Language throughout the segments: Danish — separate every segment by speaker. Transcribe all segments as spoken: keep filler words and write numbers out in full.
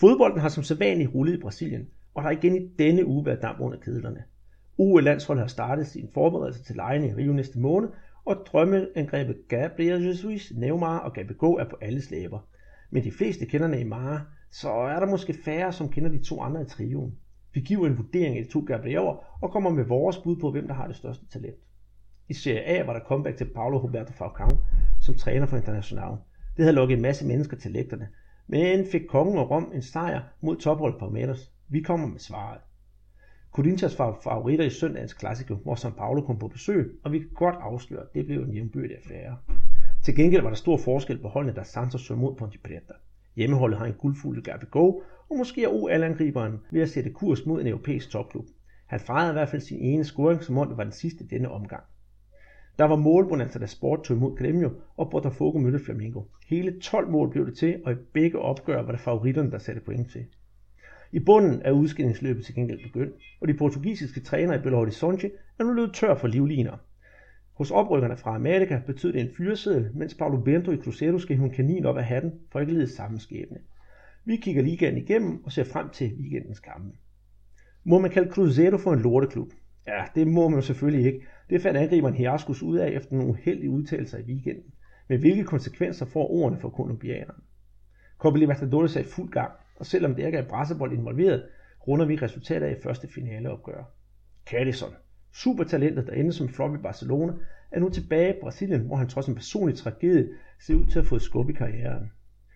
Speaker 1: Fodbolden har som sædvanligt rullet i Brasilien, og der har igen i denne uge været damp under kedlerne. U E-landsholdet har startet sin forberedelse til legene i Rio næste måned, og drømmeangrebet Gabriel Jesus, Neymar og Gabigol er på alles læber. Men de fleste kender Neymar, så er der måske færre, som kender de to andre i trioen. Vi giver en vurdering af de to Gabrieler og kommer med vores bud på, hvem der har det største talent. I Serie A var der comeback til Paulo Roberto Falcao som træner for Internacional. Det havde lukket en masse mennesker til lægterne, men fik kongen og Rom en sejr mod topholdet Palmeiras. Vi kommer med svaret. Corinthians var favoritter i søndagens klassiker, hvor São Paulo kom på besøg, og vi kan godt afsløre, at det blev en jævnbyrdig affære. Til gengæld var der stor forskel på holdene, da Santos så mod Ponte Preta. Hjemmeholdet har en guldfuld Gabigol, og måske er O L-angriberen ved at sætte kurs mod en europæisk topklub. Han fejrede i hvert fald sin ene scoring, som om det var den sidste denne omgang. Der var målbonanza, da Sport tog imod Grêmio, og Botafogo mødte Flamengo. Hele tolv mål blev det til, og i begge opgør var det favoritterne, der satte point til. I bunden er udskillingsløbet til gengæld begyndt, og de portugisiske trænere i Belo Horizonte er nu løbet tør for livliner. Hos oprykkerne fra Amerika betød det en fyreseddel, mens Paulo Bento i Cruzeiro skal hive en kanin op af hatten for ikke lide samme skæbne. Vi kigger ligaen igennem og ser frem til weekendens kampe. Må man kalde Cruzeiro for en lorteklub? Ja, det må man jo selvfølgelig ikke. Det fandt angriberen Hiaskus ud af efter nogle uheldige udtalelser i weekenden. Men hvilke konsekvenser får ordene for kolumbianerne? Copa Libertadores er i fuld gang, og selvom det ikke er brassebold involveret, runder vi resultater i første finaleopgør. Cadison, supertalentet, der endte som flop i Barcelona, er nu tilbage i Brasilien, hvor han trods en personlig tragedie ser ud til at få et skub i karrieren.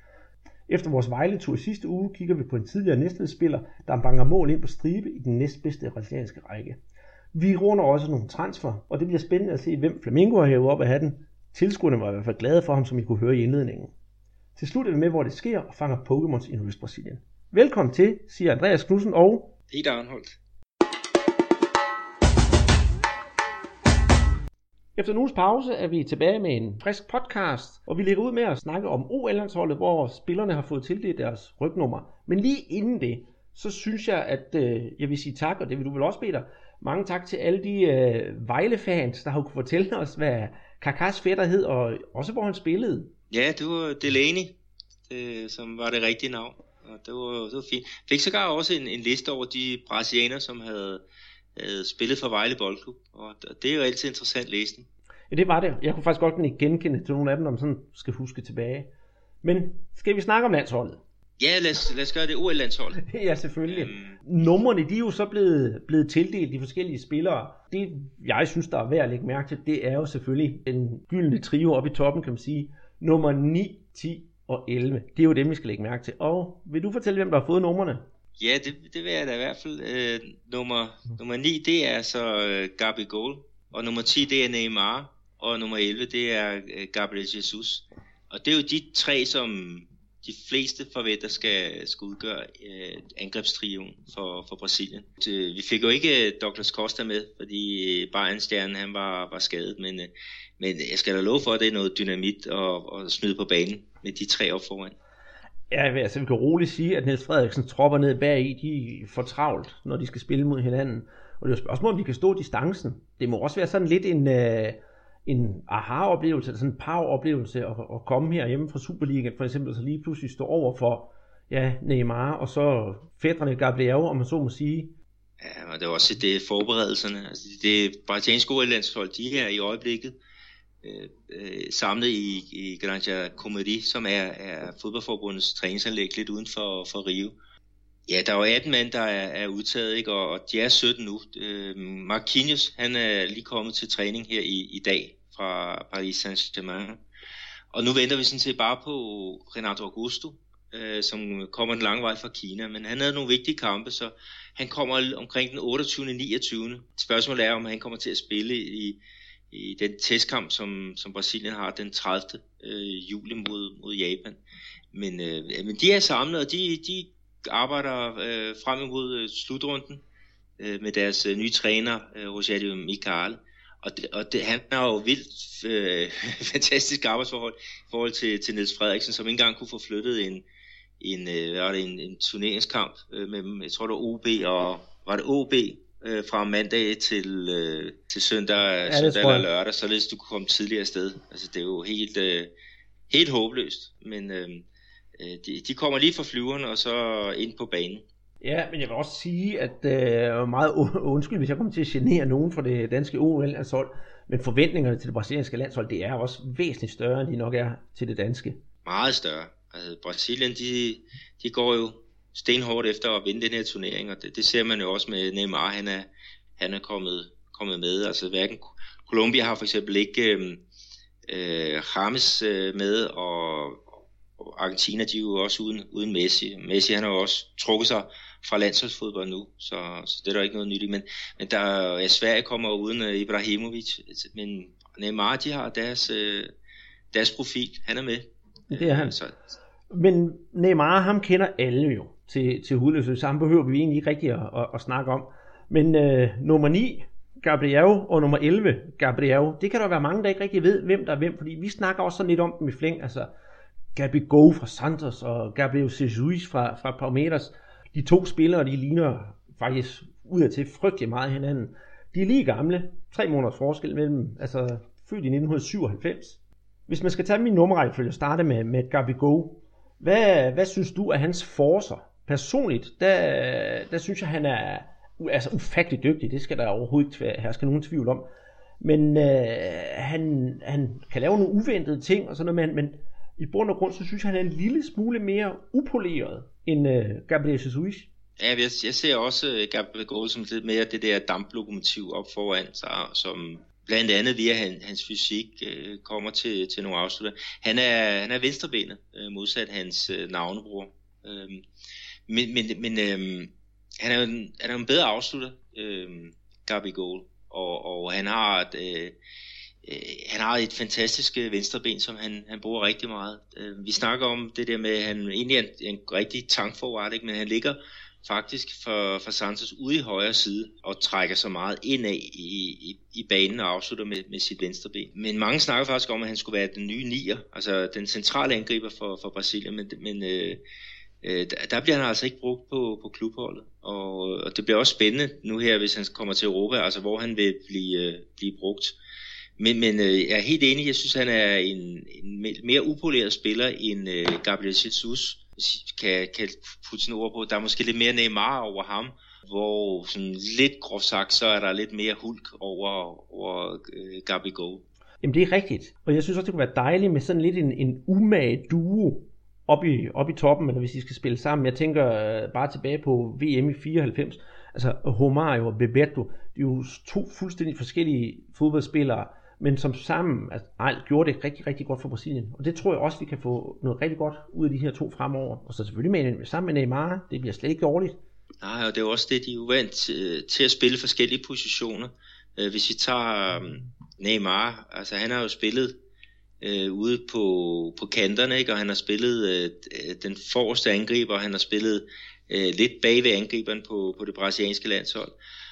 Speaker 1: Efter vores Vejle-tur i sidste uge kigger vi på en tidligere Næstved-spiller, der banker mål ind på stribe i den næstbedste brasilianske række. Vi runder også nogle transfer, og det bliver spændende at se, hvem Flamengo har hævet op af hatten. Tilskuerne var i hvert fald glade for ham, som I kunne høre i indledningen. Til slut er vi med, hvor det sker, og fanger Pokémons i Nordøst-Brasilien. Velkommen til, siger Andreas Knudsen og
Speaker 2: Peter Arnholdt.
Speaker 1: Efter en uges pause er vi tilbage med en frisk podcast, og vi lægger ud med at snakke om O L-landsholdet, hvor spillerne har fået tildelt deres rygnummer. Men lige inden det, så synes jeg, at øh, jeg vil sige tak, og det vil du vel også, Peter. Mange tak til alle de øh, Vejle-fans, der har kunnet fortælle os, hvad Kakas fætter hed, og også hvor han spillede.
Speaker 2: Ja, det var Delaney, øh, som var det rigtige navn, og det var, det var fint. Fik sågar også en, en liste over de brasilianere, som havde, havde spillet for Vejle Boldklub, og det er jo altid interessant læsning.
Speaker 1: Ja, det var det. Jeg kunne faktisk godt genkende til nogle af dem, når man sådan skal huske tilbage. Men skal vi snakke om landsholdet?
Speaker 2: Ja, lad os, lad os gøre det. O L-landsholdet.
Speaker 1: Ja, selvfølgelig. Um... Numrene, de er jo så blevet, blevet tildelt de forskellige spillere. Det, jeg synes, der er værd at lægge mærke til, det er jo selvfølgelig den gyldne trio oppe i toppen, kan man sige. Nummer ni, ti og elleve. Det er jo dem, vi skal lægge mærke til. Og vil du fortælle, hvem der har fået numrene?
Speaker 2: Ja, det, det vil jeg da i hvert fald. Øh, nummer, nummer ni, det er så øh, Gabigol. Og nummer ti, det er Neymar. Og nummer elleve, det er øh, Gabriel Jesus. Og det er jo de tre, som de fleste forventer skal, skal udgøre øh, angrebstrioen for, for Brasilien. Vi fik jo ikke Douglas Costa med, fordi Bayern-stjernen han var, var skadet, men, øh, men jeg skal da love for, at det er noget dynamit at, at smide på banen med de tre op foran.
Speaker 1: Ja, altså vi kan roligt sige, at Niels Frederiksen tropper ned bag i, de får travlt, når de skal spille mod hinanden. Og det er jo spørgsmål, om de kan stå distancen. Det må også være sådan lidt en... Øh, en aha-oplevelse, eller sådan en power-oplevelse at, at komme her hjemme fra Superligaen, for eksempel, så lige pludselig stå over for ja, Neymar, og så fædrene Gabriel, om man så må sige.
Speaker 2: Ja, og det er også det forberedelserne. Altså, det brasilianske O L-landshold, de er i øjeblikket øh, øh, samlet i, i Granja Comedy, som er, er fodboldforbundets træningsanlæg lidt uden for, for Rio. Ja, der er jo atten mand, der er, er udtaget, ikke? Og, og de er sytten nu. Øh, Marquinhos, han er lige kommet til træning her i, i dag fra Paris Saint-Germain. Og nu venter vi sådan set bare på Renato Augusto, øh, som kommer en lang vej fra Kina. Men han havde nogle vigtige kampe, så han kommer omkring den otteogtyvende niogtyvende Spørgsmålet er, om han kommer til at spille i, i den testkamp, som, som Brasilien har den tredivte Øh, juli mod, mod Japan. Men, øh, men de er samlet, og de... de arbejder øh, frem imod øh, slutrunden øh, med deres øh, nye træner, øh, Rogerio Michel. Og, det, og det, han har jo vildt øh, fantastisk arbejdsforhold i forhold til, til Niels Frederiksen, som ikke engang kunne få flyttet en, en, øh, hvad var det, en, en turneringskamp øh, med, jeg tror det var O B og var det O B øh, fra mandag til, øh, til søndag, ja, søndag eller lørdag, således du kunne komme tidligere afsted. Altså det er jo helt, øh, helt håbløst, men... Øh, de, de kommer lige fra flyveren og så ind på banen.
Speaker 1: Ja, men jeg vil også sige, at øh, meget undskyld, hvis jeg kommer til at genere nogen fra det danske O L-landshold, men forventningerne til det brasilianske landshold, det er også væsentligt større, end de nok er til det danske.
Speaker 2: Meget større. Altså, Brasilien, de, de går jo stenhårdt efter at vinde den her turnering, og det, det ser man jo også med Neymar, han er, han er kommet, kommet med. Altså hverken Colombia har for eksempel ikke øh, James øh, med, og, og Argentina, de er jo også uden, uden Messi. Messi, han har jo også trukket sig fra landsholdsfodbold nu, så, så det er der ikke noget nyt i. Men, men der er Sverige kommer uden uh, Ibrahimovic, men Neymar, de har deres, uh, deres profil, han er med.
Speaker 1: Det er han. Så. Men Neymar, ham kender alle jo til, til hudløshed, så ham behøver vi egentlig ikke rigtig at, at, at snakke om. Men uh, nummer ni, Gabriel, og nummer elleve, Gabriel, det kan der være mange, der ikke rigtig ved, hvem der er hvem, fordi vi snakker også sådan lidt om dem i flæng, altså Gabigol fra Santos og Gabriel Jesus fra, fra Palmeiras. De to spillere, de ligner faktisk udadtil frygtelig meget hinanden. De er lige gamle, tre måneders forskel mellem dem, altså født i nitten syvoghalvfems. Hvis man skal tage min nummerrækkefølge og starte med, med Gabigol, hvad, hvad synes du af hans forcer? Personligt, der, der synes jeg, han er altså ufattelig dygtig, det skal der overhovedet ikke herske nogen tvivl om. Men øh, han, han kan lave nogle uventede ting og sådan noget, men, men i bund og grund, så synes jeg, han er en lille smule mere upoleret end øh, Gabriel Jesus.
Speaker 2: Ja, jeg, jeg ser også uh, Gabigol som lidt mere det der damplokomotiv op foran sig, som blandt andet via han, hans fysik uh, kommer til, til nogle afslutter. Han er, han er venstrebenet, uh, modsat hans uh, navnebror. Uh, men men, men uh, han, er en, han er en bedre afslutter, uh, Gabigol, og, og han har et... Uh, Han har et fantastisk venstreben, som han, han bruger rigtig meget. Vi snakker om det der med, at han egentlig er en, en rigtig tankforward, ikke? Men han ligger faktisk for, for Santos ude i højre side og trækker så meget indad i, i, i banen og afslutter med, med sit venstreben. Men mange snakker faktisk om, at han skulle være den nye nier, altså den centrale angriber for, for Brasilien, men, men øh, øh, der bliver han altså ikke brugt på, på klubholdet. Og, og det bliver også spændende nu her, hvis han kommer til Europa, altså hvor han vil blive, øh, blive brugt. Men, men øh, jeg er helt enig, jeg synes, han er en, en mere upoleret spiller end øh, Gabriel Jesus. Kan, kan putte sådan ord på. Der er måske lidt mere Neymar over ham, hvor sådan lidt groft sagt, så er der lidt mere Hulk over, over øh, Gabigol.
Speaker 1: Jamen det er rigtigt, og jeg synes også, det kunne være dejligt med sådan lidt en, en umage duo op i, op i toppen, eller hvis de skal spille sammen. Jeg tænker øh, bare tilbage på V M i fireoghalvfems, altså Romario og Bebeto, de er jo to fuldstændig forskellige fodboldspillere, men som sammen altså, gjorde det rigtig, rigtig godt for Brasilien. Og det tror jeg også, vi kan få noget rigtig godt ud af de her to fremover. Og så selvfølgelig med, sammen med Neymar, det bliver slet ikke dårligt.
Speaker 2: Nej, og det er også det, de er jo vant til, til at spille forskellige positioner. Hvis vi tager um, Neymar, altså han har jo spillet øh, ude på, på kanterne, ikke? Og han har spillet øh, den forreste angriber, og han har spillet øh, lidt bag ved angriberen på, på det brasilianske landshold.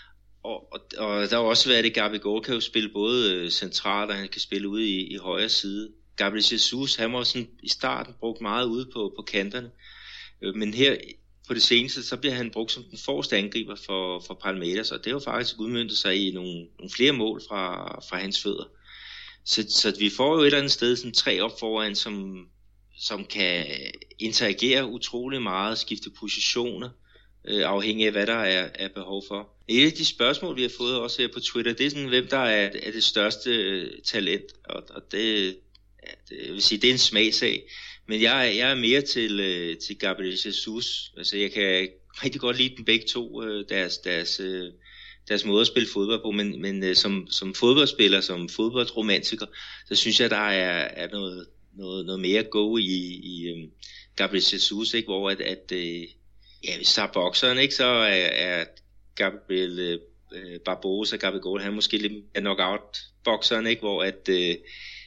Speaker 2: Og, og, og der har også været det, Gabigol kan jo spille både øh, centralt, og han kan spille ude i, i højre side. Gabriel Jesus, han var sådan i starten brugt meget ude på, på kanterne. Øh, men her på det seneste, så bliver han brugt som den forreste angriber for, for Palmeiras, og det har jo faktisk udmøntet sig i nogle, nogle flere mål fra, fra hans fødder. Så, så vi får jo et eller andet sted sådan tre op foran, som, som kan interagere utrolig meget, skifte positioner, øh, afhængig af hvad der er, er behov for. Et af de spørgsmål, vi har fået også her på Twitter, det er sådan, hvem der er, er det største øh, talent, og, og det, ja, det, jeg vil sige, det er en smagsag. Men jeg, jeg er mere til, øh, til Gabriel Jesus. Altså, jeg kan rigtig godt lide dem begge to, øh, deres, deres, øh, deres måde at spille fodbold på, men, men øh, som, som fodboldspiller, som fodboldromantiker, så synes jeg, der er, er noget, noget, noget mere go i, i øh, Gabriel Jesus, ikke? Hvor at, at øh, ja, hvis der er bokseren, ikke, så er, er Gabriel øh, Barbosa, Gabigol, han er måske lidt knockout-bokseren, ikke? Hvor at... Øh,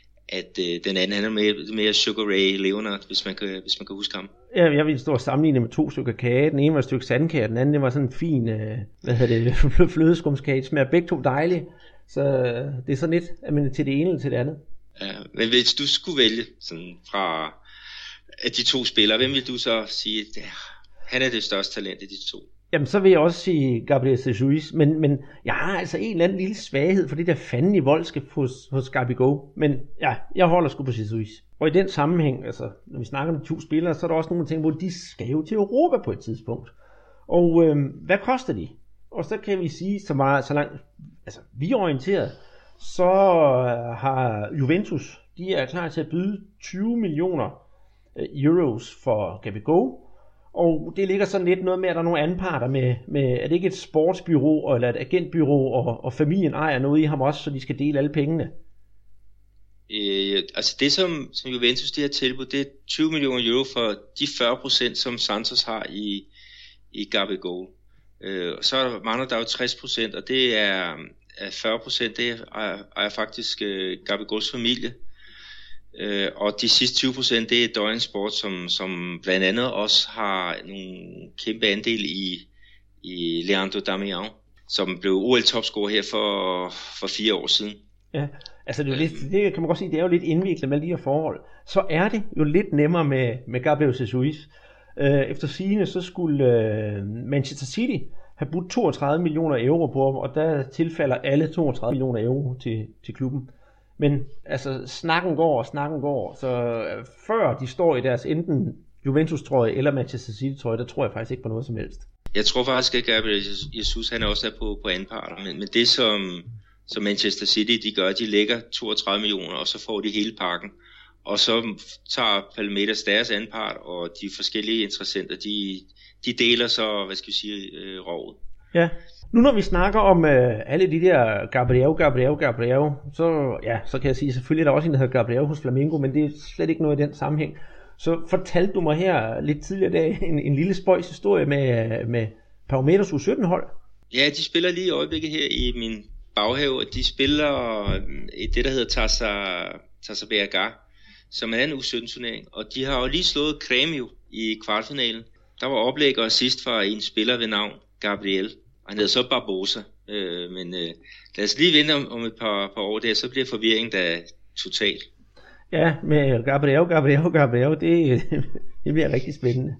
Speaker 2: at øh, den anden, han er mere, mere Sugar Ray Leonard, hvis man kan, hvis man kan huske ham.
Speaker 1: Ja, jeg vil stå og sammenligne med to stykker kage. Den ene var et stykke sandkage, den anden det var sådan en fin, øh, hvad hedder det, flødeskumskage. Smager begge to dejligt, så det er sådan lidt, at man er til det ene eller til det andet.
Speaker 2: Ja, men hvis du skulle vælge sådan fra af de to spillere, hvem vil du så sige, at han er det største talent af de to?
Speaker 1: Jamen, så vil jeg også sige Gabriel Jesus, men, men jeg har altså en eller anden lille svaghed for det der fanden i voldskab hos, hos Gabigol. Men ja, jeg holder sgu på Jesus. Og i den sammenhæng, altså, når vi snakker om de to spillere, så er der også nogle ting, hvor de skal jo til Europa på et tidspunkt. Og øh, hvad koster de? Og så kan vi sige, så meget, så langt, altså, vi er orienteret, så har Juventus, de er klar til at byde tyve millioner euros for Gabigol. Og det ligger sådan lidt noget med, at der er nogle anparter med, med er det ikke et sportsbyrå eller et agentbyrå, og, og familien ejer noget i ham også, så de skal dele alle pengene?
Speaker 2: Øh, altså det som, som Juventus de har tilbudt, det er tyve millioner euro for de fyrre procent, som Santos har i, i Gabigol. Øh, og så mangler der jo tres procent, og det er, er fyrre procent, det er, er faktisk øh, Gabigols familie. Øh, og de sidste tyve procent, det er Dorian Sport, som, som blandt andet også har nogle kæmpe andel i, i Leandro Damião, som blev O L-topscorer her for, for fire år siden.
Speaker 1: Ja, altså det, er jo lidt, det kan man godt sige, det er jo lidt indviklet med de her forhold. Så er det jo lidt nemmere med, med Gabriel Jesus. Øh, efter sigende, så skulle øh, Manchester City have budt toogtredive millioner euro på ham, og der tilfalder alle toogtredive millioner euro til, til klubben. Men altså, snakken går, og snakken går, så øh, før de står i deres enten Juventus-trøje eller Manchester City-trøje, der tror jeg faktisk ikke på noget som helst.
Speaker 2: Jeg tror faktisk, at Gabriel Jesus, han også er på, på anparter, men, men det som, som Manchester City, de gør, de lægger toogtredive millioner, og så får de hele pakken. Og så tager Palmeiras deres anpart, og de forskellige interessenter, de, de deler så, hvad skal vi sige, øh, rovet.
Speaker 1: Ja. Nu når vi snakker om øh, alle de der Gabriel, Gabriel, Gabriel, så, ja, så kan jeg sige, selvfølgelig er der også en, der hedder Gabriel hos Flamengo, men det er slet ikke noget i den sammenhæng. Så fortalte du mig her lidt tidligere i dag en, en lille spøjs historie med, med Palmeiras U sytten hold.
Speaker 2: Ja, de spiller lige i øjeblikket her i min baghave, og de spiller det, der hedder Taça, Taça B H, som er en U sytten turnering, og de har jo lige slået Grêmio i kvartfinalen. Der var oplægger sidst fra en spiller ved navn Gabriel. Han hedder så Barbosa, øh, men øh, lad os lige vente om, om et par, par år der, så bliver forvirringen da total.
Speaker 1: Ja, med Gabriel, Gabriel, Gabriel, det, det bliver rigtig spændende.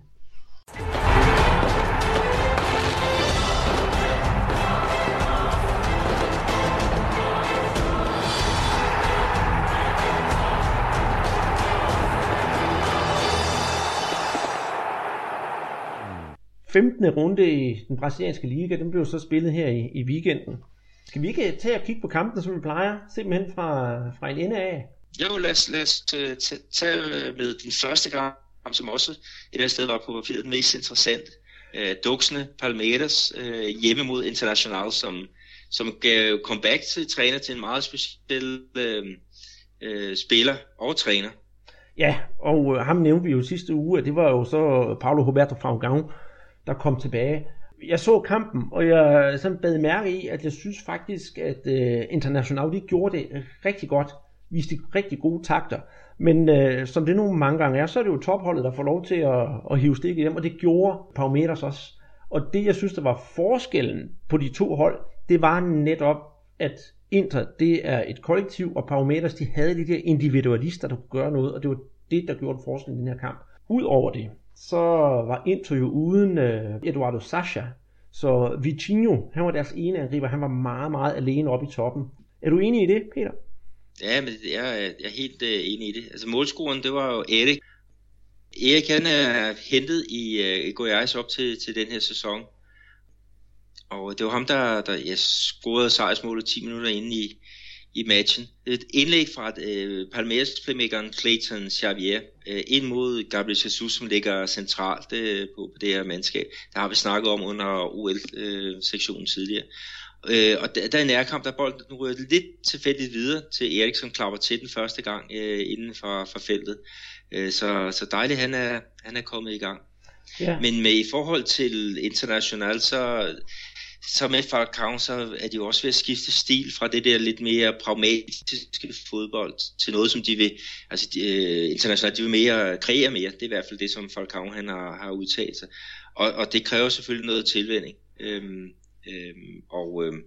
Speaker 1: femtende runde i den brasilianske liga, den blev så spillet her i, i weekenden. Skal vi ikke tage og kigge på kampen, som vi plejer, simpelthen fra, fra en ende af?
Speaker 2: Jo, lad os, lad os tage med den første kamp, som også et andet sted var på papiret den mest interessante. Uh, Duksene Palmeiras uh, hjemme mod Internacional, som, som gav comeback til træner til en meget speciel uh, uh, spiller og træner.
Speaker 1: Ja, og uh, ham nævnte vi jo sidste uge, at det var jo så Paulo Roberto Falcão, der kom tilbage. Jeg så kampen, og jeg sådan bad mærke i, at jeg synes faktisk, at uh, Internacional de gjorde det rigtig godt, viste rigtig gode takter. Men uh, som det nu mange gange er, så er det jo topholdet, der får lov til at, at hive stik i dem, og det gjorde Palmeiras også. Og det, jeg synes, der var forskellen på de to hold, det var netop, at Inter, det er et kollektiv, og Palmeiras, de havde de der individualister, der kunne gøre noget, og det var det, der gjorde forskellen i den her kamp. Udover det, så var Inter jo uden uh, Eduardo Sacha, så Vitinho, han var deres ene angriber, han var meget, meget alene oppe i toppen. Er du enig i det, Peter?
Speaker 2: Ja, men jeg er, jeg er helt uh, enig i det. Altså målscoren, det var jo Erik. Erik, han er hentet i, uh, i Goiás op til, til den her sæson. Og det var ham, der, der ja, scorede sejrsmålet ti minutter inde i, i matchen. Et indlæg fra uh, Palmeiras playmakeren Clayton Xavier uh, ind mod Gabriel Jesus, som ligger centralt uh, på, på det her mandskab. Der har vi snakket om under O L-sektionen uh, tidligere. Øh, og der, der er en nærkamp, der bolden nu rører lidt tilfældigt videre til Erik, som klapper til den første gang øh, inden for, for feltet. Øh, så, så dejligt, han er, han er kommet i gang. Ja. Men med i forhold til Internacional, så, så med Falcão, så er de jo også ved at skifte stil fra det der lidt mere pragmatiske fodbold til noget, som de vil, altså de, øh, Internacional, de vil mere kreere mere. Det er i hvert fald det, som Falcão han har, har udtalt sig. Og, og det kræver selvfølgelig noget tilvænning. Øhm, Øhm, og øhm,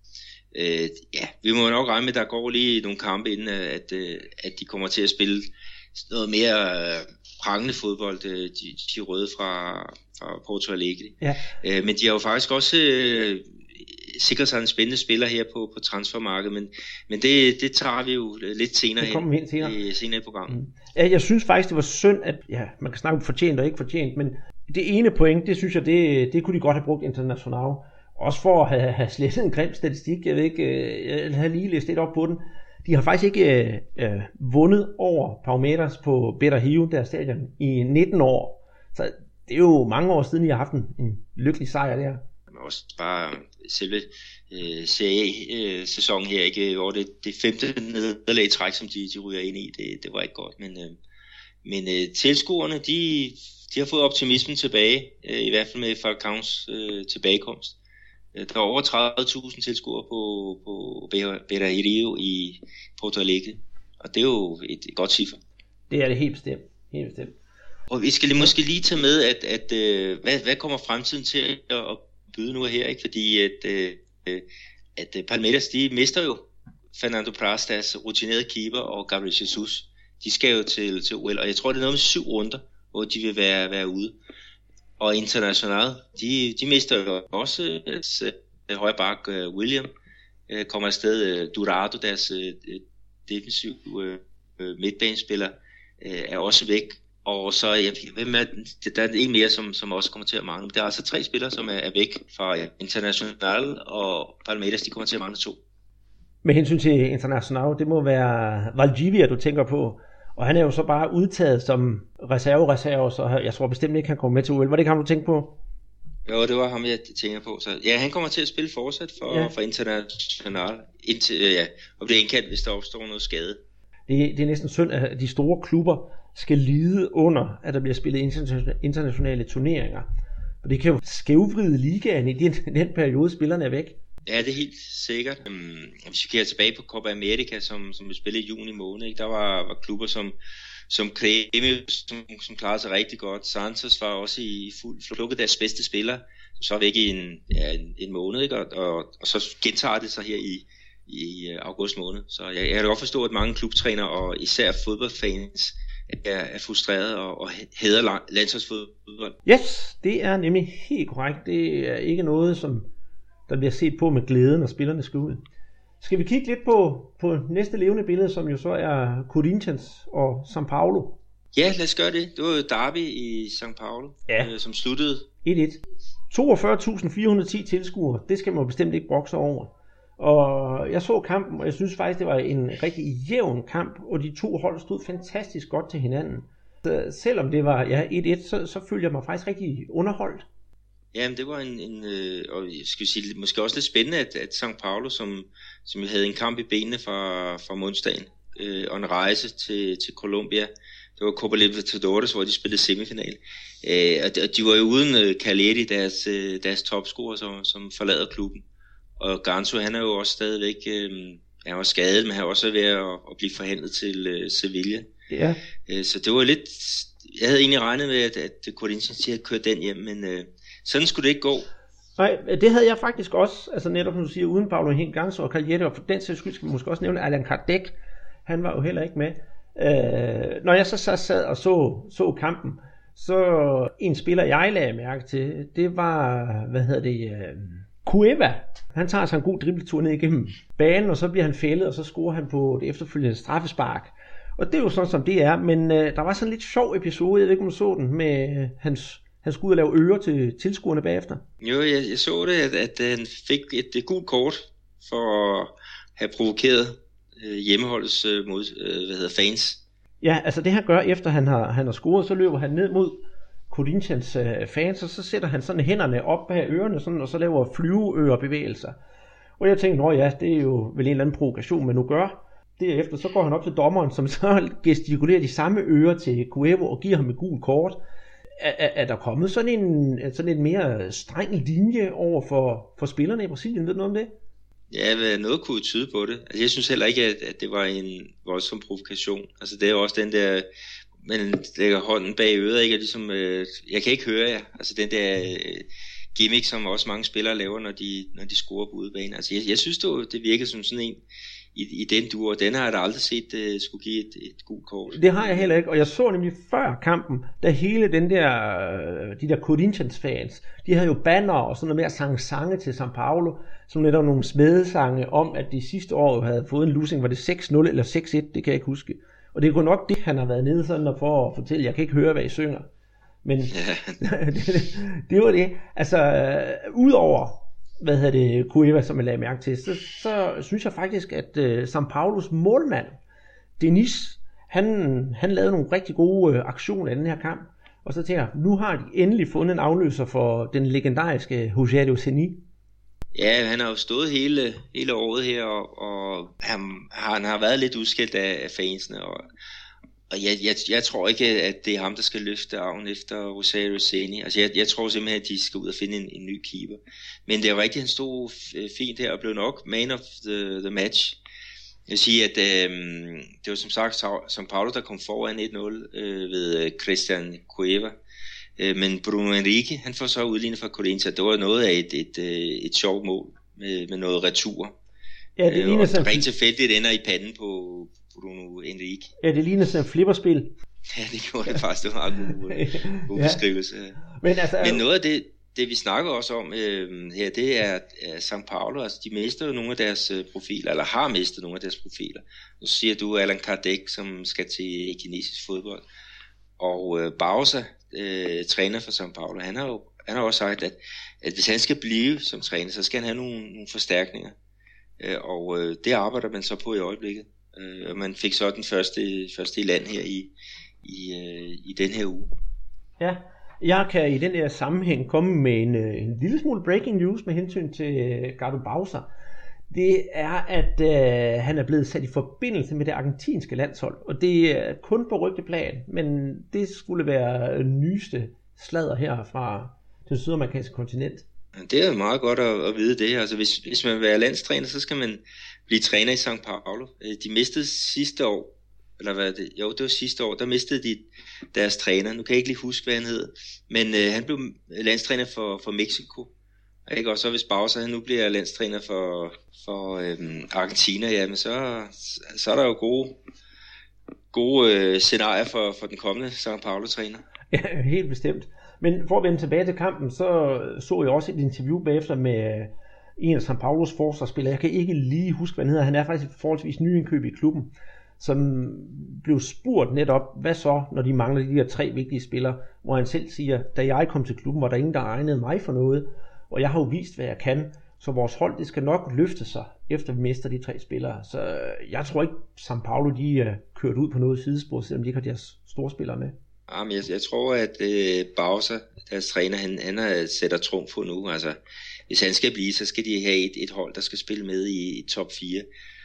Speaker 2: øh, ja, vi må nok regne med, at der går lige nogle kampe inden, at, øh, at de kommer til at spille noget mere øh, prangende fodbold, øh, de, de røde fra, fra Porto Alegre.
Speaker 1: Ja.
Speaker 2: Øh, men de har jo faktisk også øh, sikret sig en spændende spiller her på, på transfermarkedet, men, men det, det tager vi jo lidt senere,
Speaker 1: hen, hen senere.
Speaker 2: I, senere i programmet.
Speaker 1: Mm. Ja, jeg synes faktisk, det var synd, at ja, man kan snakke om fortjent og ikke fortjent, men det ene point, det synes jeg, det, det kunne de godt have brugt internationalt. Også for at have, have slettet en grim statistik. Jeg ved ikke, jeg har lige læst lidt op på den. De har faktisk ikke øh, vundet over Palmeiras på Beira Rio, der stadion, i nitten år. Så det er jo mange år siden, jeg har haft en, en lykkelig sejr der.
Speaker 2: Også bare selve øh, Serie A-sæsonen her, ikke, hvor det, det femte nederlag træk, som de, de ryger ind i, det, det var ikke godt. Men, øh, men øh, tilskuerne, de, de har fået optimismen tilbage, øh, i hvert fald med Falcaos øh, tilbagekomst. Der er over tredive tusind tilskuere på, på Beira Rio i Porto Alegre, og det er jo et, et godt cifre.
Speaker 1: Det er det helt bestemt. Helt bestemt.
Speaker 2: Og vi skal måske lige tage med, at, at, at hvad, hvad kommer fremtiden til at, at byde nu her, ikke? Fordi at, at Palmeiras, de mister jo Fernando Praz, deres rutinerede keeper, og Gabriel Jesus. De skal jo til, til O L, og jeg tror, det er noget med syv runder, hvor de vil være, være ude. Og International, de, de mister jo også uh, højre bak uh, William, uh, kommer afsted, uh, Dorado, deres uh, defensiv uh, midtbanespiller, uh, er også væk. Og så ja, hvem er, der er en mere, som, som også kommer til at mangle. Der er altså tre spillere, som er, er væk fra ja, International, og Palmeiras, de kommer til at mangle to.
Speaker 1: Med hensyn til International, det må være Valdivia, du tænker på. Og han er jo så bare udtaget som reserve-reserve, så jeg tror bestemt ikke, han kommer med til O L. Var det ikke ham, du tænkte på?
Speaker 2: Jo, det var ham, jeg tænker på. Så, ja, han kommer til at spille fortsat for, ja. for International, indtil, ja, og bliver indkaldt, hvis der opstår noget skade.
Speaker 1: Det, det er næsten synd, at de store klubber skal lide under, at der bliver spillet internationale turneringer. Og det kan jo skævvride ligaen i den, den periode, spillerne er væk.
Speaker 2: Ja, det er helt sikkert. Um, hvis vi kigger tilbage på Copa America, som, som vi spillede i juni måned, ikke? Der var, var klubber som, som Grêmio, som, som klarede sig rigtig godt. Santos var også i fuld flukket deres bedste spiller, så væk i en, ja, en, en måned, ikke? Og, og, og så gentager det sig her i, i august måned. Så jeg, jeg kan godt forstå, at mange klubtrænere og især fodboldfans er, er frustreret og, og hader landsholdsfodbold.
Speaker 1: Yes, det er nemlig helt korrekt. Det er ikke noget, som der bliver set på med glæde, når spillerne skal ud. Skal vi kigge lidt på, på næste levende billede, som jo så er Corinthians og São Paulo?
Speaker 2: Ja, lad os gøre det. Det var jo derby i São Paulo, ja. øh, som sluttede
Speaker 1: et et. toogfyrre tusind fire hundrede og ti tilskuere, det skal man jo bestemt ikke brokse over. Og jeg så kampen, og jeg synes faktisk, det var en rigtig jævn kamp, og de to hold stod fantastisk godt til hinanden. Så selvom det var ja, et et, så, så følte jeg mig faktisk rigtig underholdt.
Speaker 2: Jamen det var en, en øh, og jeg skal sige, måske også lidt spændende, at, at São Paulo, som, som havde en kamp i benene fra, fra Monstagen, øh, og en rejse til, til Colombia, det var Copa Libertadores, hvor de spillede semifinal. Øh, og, og de var jo uden øh, Caleri, deres, øh, deres topscorer, som, som forlader klubben. Og Ganso, han er jo også stadigvæk, øh, han var skadet, men han er også ved at, at blive forhandlet til øh, Sevilla.
Speaker 1: Ja.
Speaker 2: Øh, så det var lidt, jeg havde egentlig regnet med, at, at Corinthians havde kørt den hjem, men øh, sådan skulle det ikke gå.
Speaker 1: Nej, det havde jeg faktisk også, altså netop som du siger, uden Paulo Ganso og Caleri, og for den sags skyld skal man måske også nævne Allan Kardec, han var jo heller ikke med. Øh, når jeg så, så sad og så, så kampen, så en spiller jeg lagde mærke til, det var, hvad hedder det, øh, Cueva. Han tager sig en god dribletur ned igennem banen, og så bliver han fældet, og så scorer han på det efterfølgende straffespark. Og det er jo sådan, som det er, men øh, der var sådan en lidt sjov episode, jeg ved ikke, om du så den, med øh, hans, han skulle ud og lave ører til tilskuerne bagefter.
Speaker 2: Jo, jeg, jeg så det, at, at han fik et, et gult kort for at have provokeret øh, hjemmeholdets øh, mod, øh, hvad hedder, fans.
Speaker 1: Ja, altså det han gør, efter han har, han har scoret, så løber han ned mod Corinthians øh, fans, og så sætter han sådan hænderne op bag ørerne, sådan, og så laver flyveørebevægelser. Og jeg tænkte, nå ja, det er jo vel en eller anden provokation, man nu gør. Derefter så går han op til dommeren, som så gestikulerer de samme ører til Cueva og giver ham et gult kort. Er, er, er der kommet sådan en, sådan en mere streng linje over for, for spillerne i Brasilien? Ved du noget om det?
Speaker 2: Ja, noget kunne tyde på det. Altså, jeg synes heller ikke, at, at det var en voldsom provokation. Altså, det er jo også den der, man lægger hånden bag øret, ikke? Og ligesom, øh, jeg kan ikke høre jer. Altså, den der øh, gimmick, som også mange spillere laver, når de, når de scorer på udebane. Altså, jeg, jeg synes, det, det virker som sådan en, i, i den duo, den har jeg da aldrig set uh, skulle give et, et gult kort.
Speaker 1: Det har jeg heller ikke, og jeg så nemlig før kampen, da hele den der, de der Corinthians fans, de havde jo banner og sådan noget med at sange sange til São Paulo, som netop nogle smedesange om, at de sidste år havde fået en losing, var det seks nul eller seks et, det kan jeg ikke huske. Og det er jo nok det, han har været nede sådan for at fortælle, jeg kan ikke høre, hvad I synger. Men ja. det, det var det. Altså, øh, udover, hvad hedder det, Cueva, som jeg lagde mærke til, så, så synes jeg faktisk, at øh, São Paulos målmand, Denis, han, han lavede nogle rigtig gode øh, aktioner i den her kamp. Og så tænker jeg, nu har de endelig fundet en afløser for den legendariske Rogério Ceni.
Speaker 2: Ja, han har jo stået hele, hele året her, og, og han, han har været lidt udskilt af, af fansene, og Og jeg, jeg, jeg tror ikke, at det er ham, der skal løfte arven efter Rogério Ceni. Altså jeg, jeg tror simpelthen, at de skal ud og finde en, en ny keeper. Men det er jo rigtigt, han stod fint her og blev nok man of the, the match. Jeg vil sige, at øh, det var som sagt São Paulo, der kom foran et nul øh, ved Christian Cueva. Øh, men Bruno Henrique, han får så udlignet fra Corinthians. Det var noget af et, et, et, et sjovt mål med, med noget retur. Ja, det ligner sådan... Rent tilfældigt ender i panden på Bruno Henrique.
Speaker 1: Ja, det ligner sådan et flipperspil.
Speaker 2: Ja, det gjorde det faktisk. Det var en god, god ja. beskrivelse.
Speaker 1: Men, altså,
Speaker 2: Men noget af det, det vi snakker også om øh, her, det er, er São Paulo. Altså, de mister jo nogle af deres øh, profiler, eller har mistet nogle af deres profiler. Nu siger du Allan Kardec, som skal til kinesisk fodbold. Og øh, Bausa, øh, træner for São Paulo, han har jo han har også sagt, at, at hvis han skal blive som træner, så skal han have nogle, nogle forstærkninger. Øh, og øh, det arbejder man så på i øjeblikket. Øh, og man fik så den første, første i land her i, i, øh, i den her uge.
Speaker 1: Ja, jeg kan i den her sammenhæng komme med en, en lille smule breaking news med hensyn til Gardo Bausa. Det er, at øh, han er blevet sat i forbindelse med det argentinske landshold, og det er kun på rygteplan, men det skulle være nyeste sladder her fra det sydamerikanske kontinent.
Speaker 2: Det er meget godt at, at vide det. Altså hvis, hvis man vil være landstræner, så skal man blive træner i São Paulo. De mistede sidste år, eller hvad det? Jo, det var sidste år, der mistede de deres træner. Nu kan jeg ikke lige huske, hvad han hed, men øh, han blev landstræner for, for Mexico. Ikke? Og så hvis Bausa han nu bliver landstræner for, for øhm, Argentina, jamen så, så er der jo gode, gode øh, scenarier for, for den kommende São Paulo-træner.
Speaker 1: Ja, helt bestemt. Men for at vende tilbage til kampen, så så jeg også et interview bagefter med en af São Paulos forsvarsspillere. Jeg kan ikke lige huske, hvad han hedder. Han er faktisk forholdsvis nyindkøb i klubben, som blev spurgt netop, hvad så, når de mangler de her tre vigtige spillere, hvor han selv siger, da jeg kom til klubben, var der ingen, der regnede mig for noget, og jeg har jo vist, hvad jeg kan, så vores hold, det skal nok løfte sig, efter vi mister de tre spillere. Så jeg tror ikke, São Paulo, de er kørt ud på noget sidespor, selvom de ikke har deres store spillere med.
Speaker 2: Jamen, jeg, jeg tror, at øh, Bausa, deres træner, han, han har sætter trumf på nu. Altså, hvis han skal blive, så skal de have et, et hold, der skal spille med i, i top fire.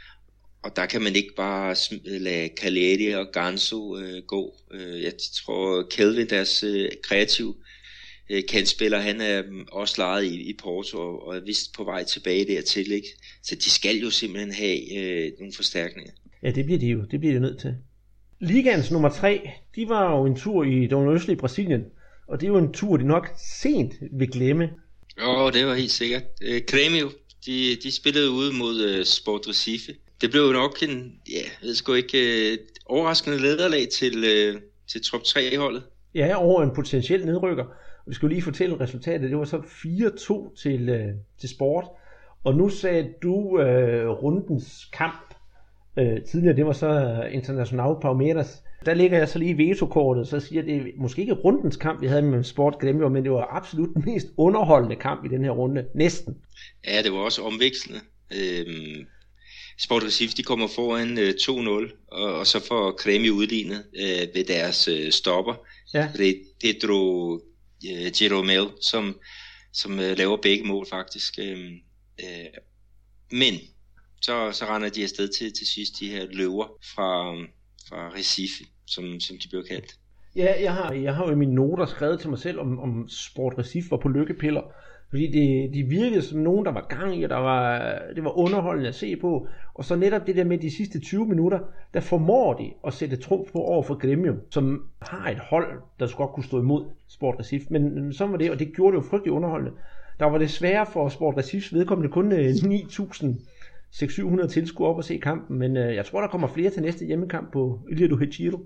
Speaker 2: Og der kan man ikke bare lade Caleri og Ganso øh, gå. Jeg tror, Kelvin, deres øh, kreative øh, kantspiller, han er også lejet i, i Porto og, og er vist på vej tilbage dertil. Ikke? Så de skal jo simpelthen have øh, nogle forstærkninger.
Speaker 1: Ja, det bliver de jo. Det bliver de nødt til. Ligaens nummer tre, de var jo en tur i det nordøstlige Brasilien, og det er jo en tur, de nok sent vil glemme.
Speaker 2: Jo, det var helt sikkert. Øh, Grêmio, de, de spillede ude mod uh, Sport Recife. Det blev jo nok en, ja, jeg ved sgu ikke, uh, overraskende lederlag til, uh, til top tre-holdet.
Speaker 1: Ja, over en potentiel nedrykker. Vi skulle lige fortælle resultatet. Det var så fire to til, uh, til Sport. Og nu sagde du uh, rundens kamp. Øh, tidligere, det var så Internacional Palmeiras. Der ligger jeg så lige i vetokortet, så siger det måske ikke rundens kamp, vi havde med Sport Grêmio, men det var absolut den mest underholdende kamp i den her runde. Næsten.
Speaker 2: Ja, det var også omvekslende. Øhm, Sport Recife, de kommer foran øh, to nul, og, og så får Grêmio udlignet øh, ved deres øh, stopper.
Speaker 1: Ja.
Speaker 2: Det er Pedro øh, Jeromel, som, som øh, laver begge mål faktisk. Øh, øh, men Så, så render de afsted til, til sidst, de her løver fra, fra Recife, som, som de blev kaldt.
Speaker 1: Ja, jeg har, jeg har jo i mine noter skrevet til mig selv, om, om Sport Recife var på lykkepiller. Fordi det, de virkede som nogen, der var gang i, og der var, det var underholdende at se på. Og så netop det der med de sidste tyve minutter, der formår de at sætte trumf på over for Grêmio, som har et hold, der skulle godt kunne stå imod Sport Recife. Men så var det, og det gjorde det jo frygtelig underholdende. Der var desværre for Sport Recifes vedkommende kun ni tusind seks syv hundrede tilskuere op og se kampen, men øh, jeg tror, der kommer flere til næste hjemmekamp på Ilha do Retiro.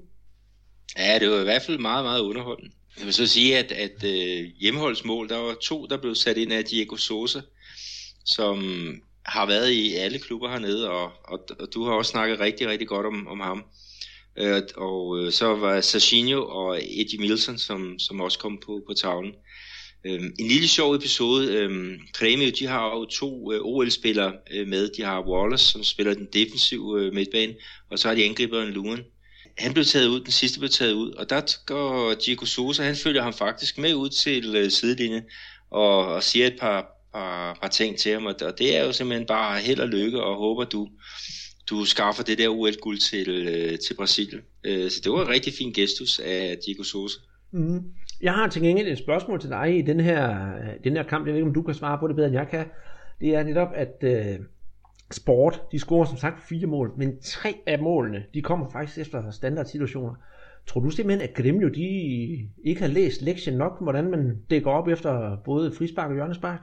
Speaker 2: Ja, det var i hvert fald meget, meget underholdende. Jeg vil så sige, at, at øh, hjemmeholdsmål, der var to, der blev sat ind af Diego Souza, som har været i alle klubber hernede, og, og, og du har også snakket rigtig, rigtig godt om, om ham. Øh, og øh, så var Serginho og Eddie Milson, som, som også kom på, på tavlen. Øh, en lille sjov episode. Øh, Grêmio, de har jo to øh, O L-spillere øh, med. De har Wallace, som spiller den defensive øh, midtbane, og så har de angriberen Luan. Han blev taget ud, den sidste blev taget ud, og der går Diego Souza, han følger ham faktisk med ud til øh, sidelinjen, og, og siger et par, par, par ting til ham, og, og det er jo simpelthen bare held og lykke, og håber du, du skaffer det der O L-guld til, øh, til Brasilien. Øh, så det var en rigtig fin gestus af Diego Souza.
Speaker 1: Mm. Jeg har til gengæld et spørgsmål til dig i den her, den her kamp, jeg ved ikke, om du kan svare på det bedre, end jeg kan. Det er netop, at øh, Sport, de scorer som sagt fire mål, men tre af målene, de kommer faktisk efter standardsituationer. Tror du simpelthen, at Grêmio, de ikke har læst lektien nok, hvordan man dækker op efter både frispark og hjørnespark?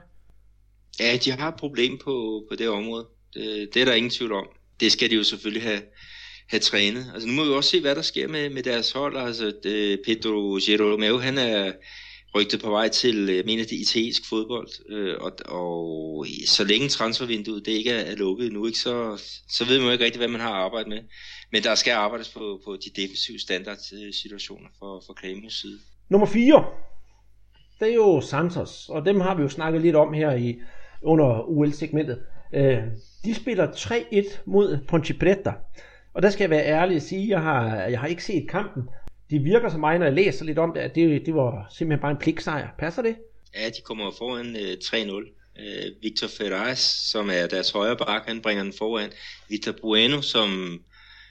Speaker 2: Ja, de har et problem på, på det område. Det, det er der ingen tvivl om. Det skal de jo selvfølgelig have, have trænet. Altså nu må vi også se, hvad der sker med, med deres hold. Altså det, Pedro Jeromeu, han er rygtet på vej til, jeg mener, det italiensk fodbold, øh, og, og så længe transfervinduet det ikke er, er lukket endnu, ikke, så, så ved man jo ikke rigtig, hvad man har at arbejde med. Men der skal arbejdes på, på de defensive standardsituationer for, for Grêmios side.
Speaker 1: Nummer fire, det er jo Santos, og dem har vi jo snakket lidt om her i under U L-segmentet. Øh, de spiller tre et mod Ponte Preta, og der skal jeg være ærlig at sige, jeg har, jeg har ikke set kampen. Det virker så meget, når jeg læser lidt om det, at det, det var simpelthen bare en pligtsejr. Passer det?
Speaker 2: Ja, de kommer foran øh, tre nul. Øh, Victor Ferraz, som er deres højre bak, han bringer den foran. Vitor Bueno, som,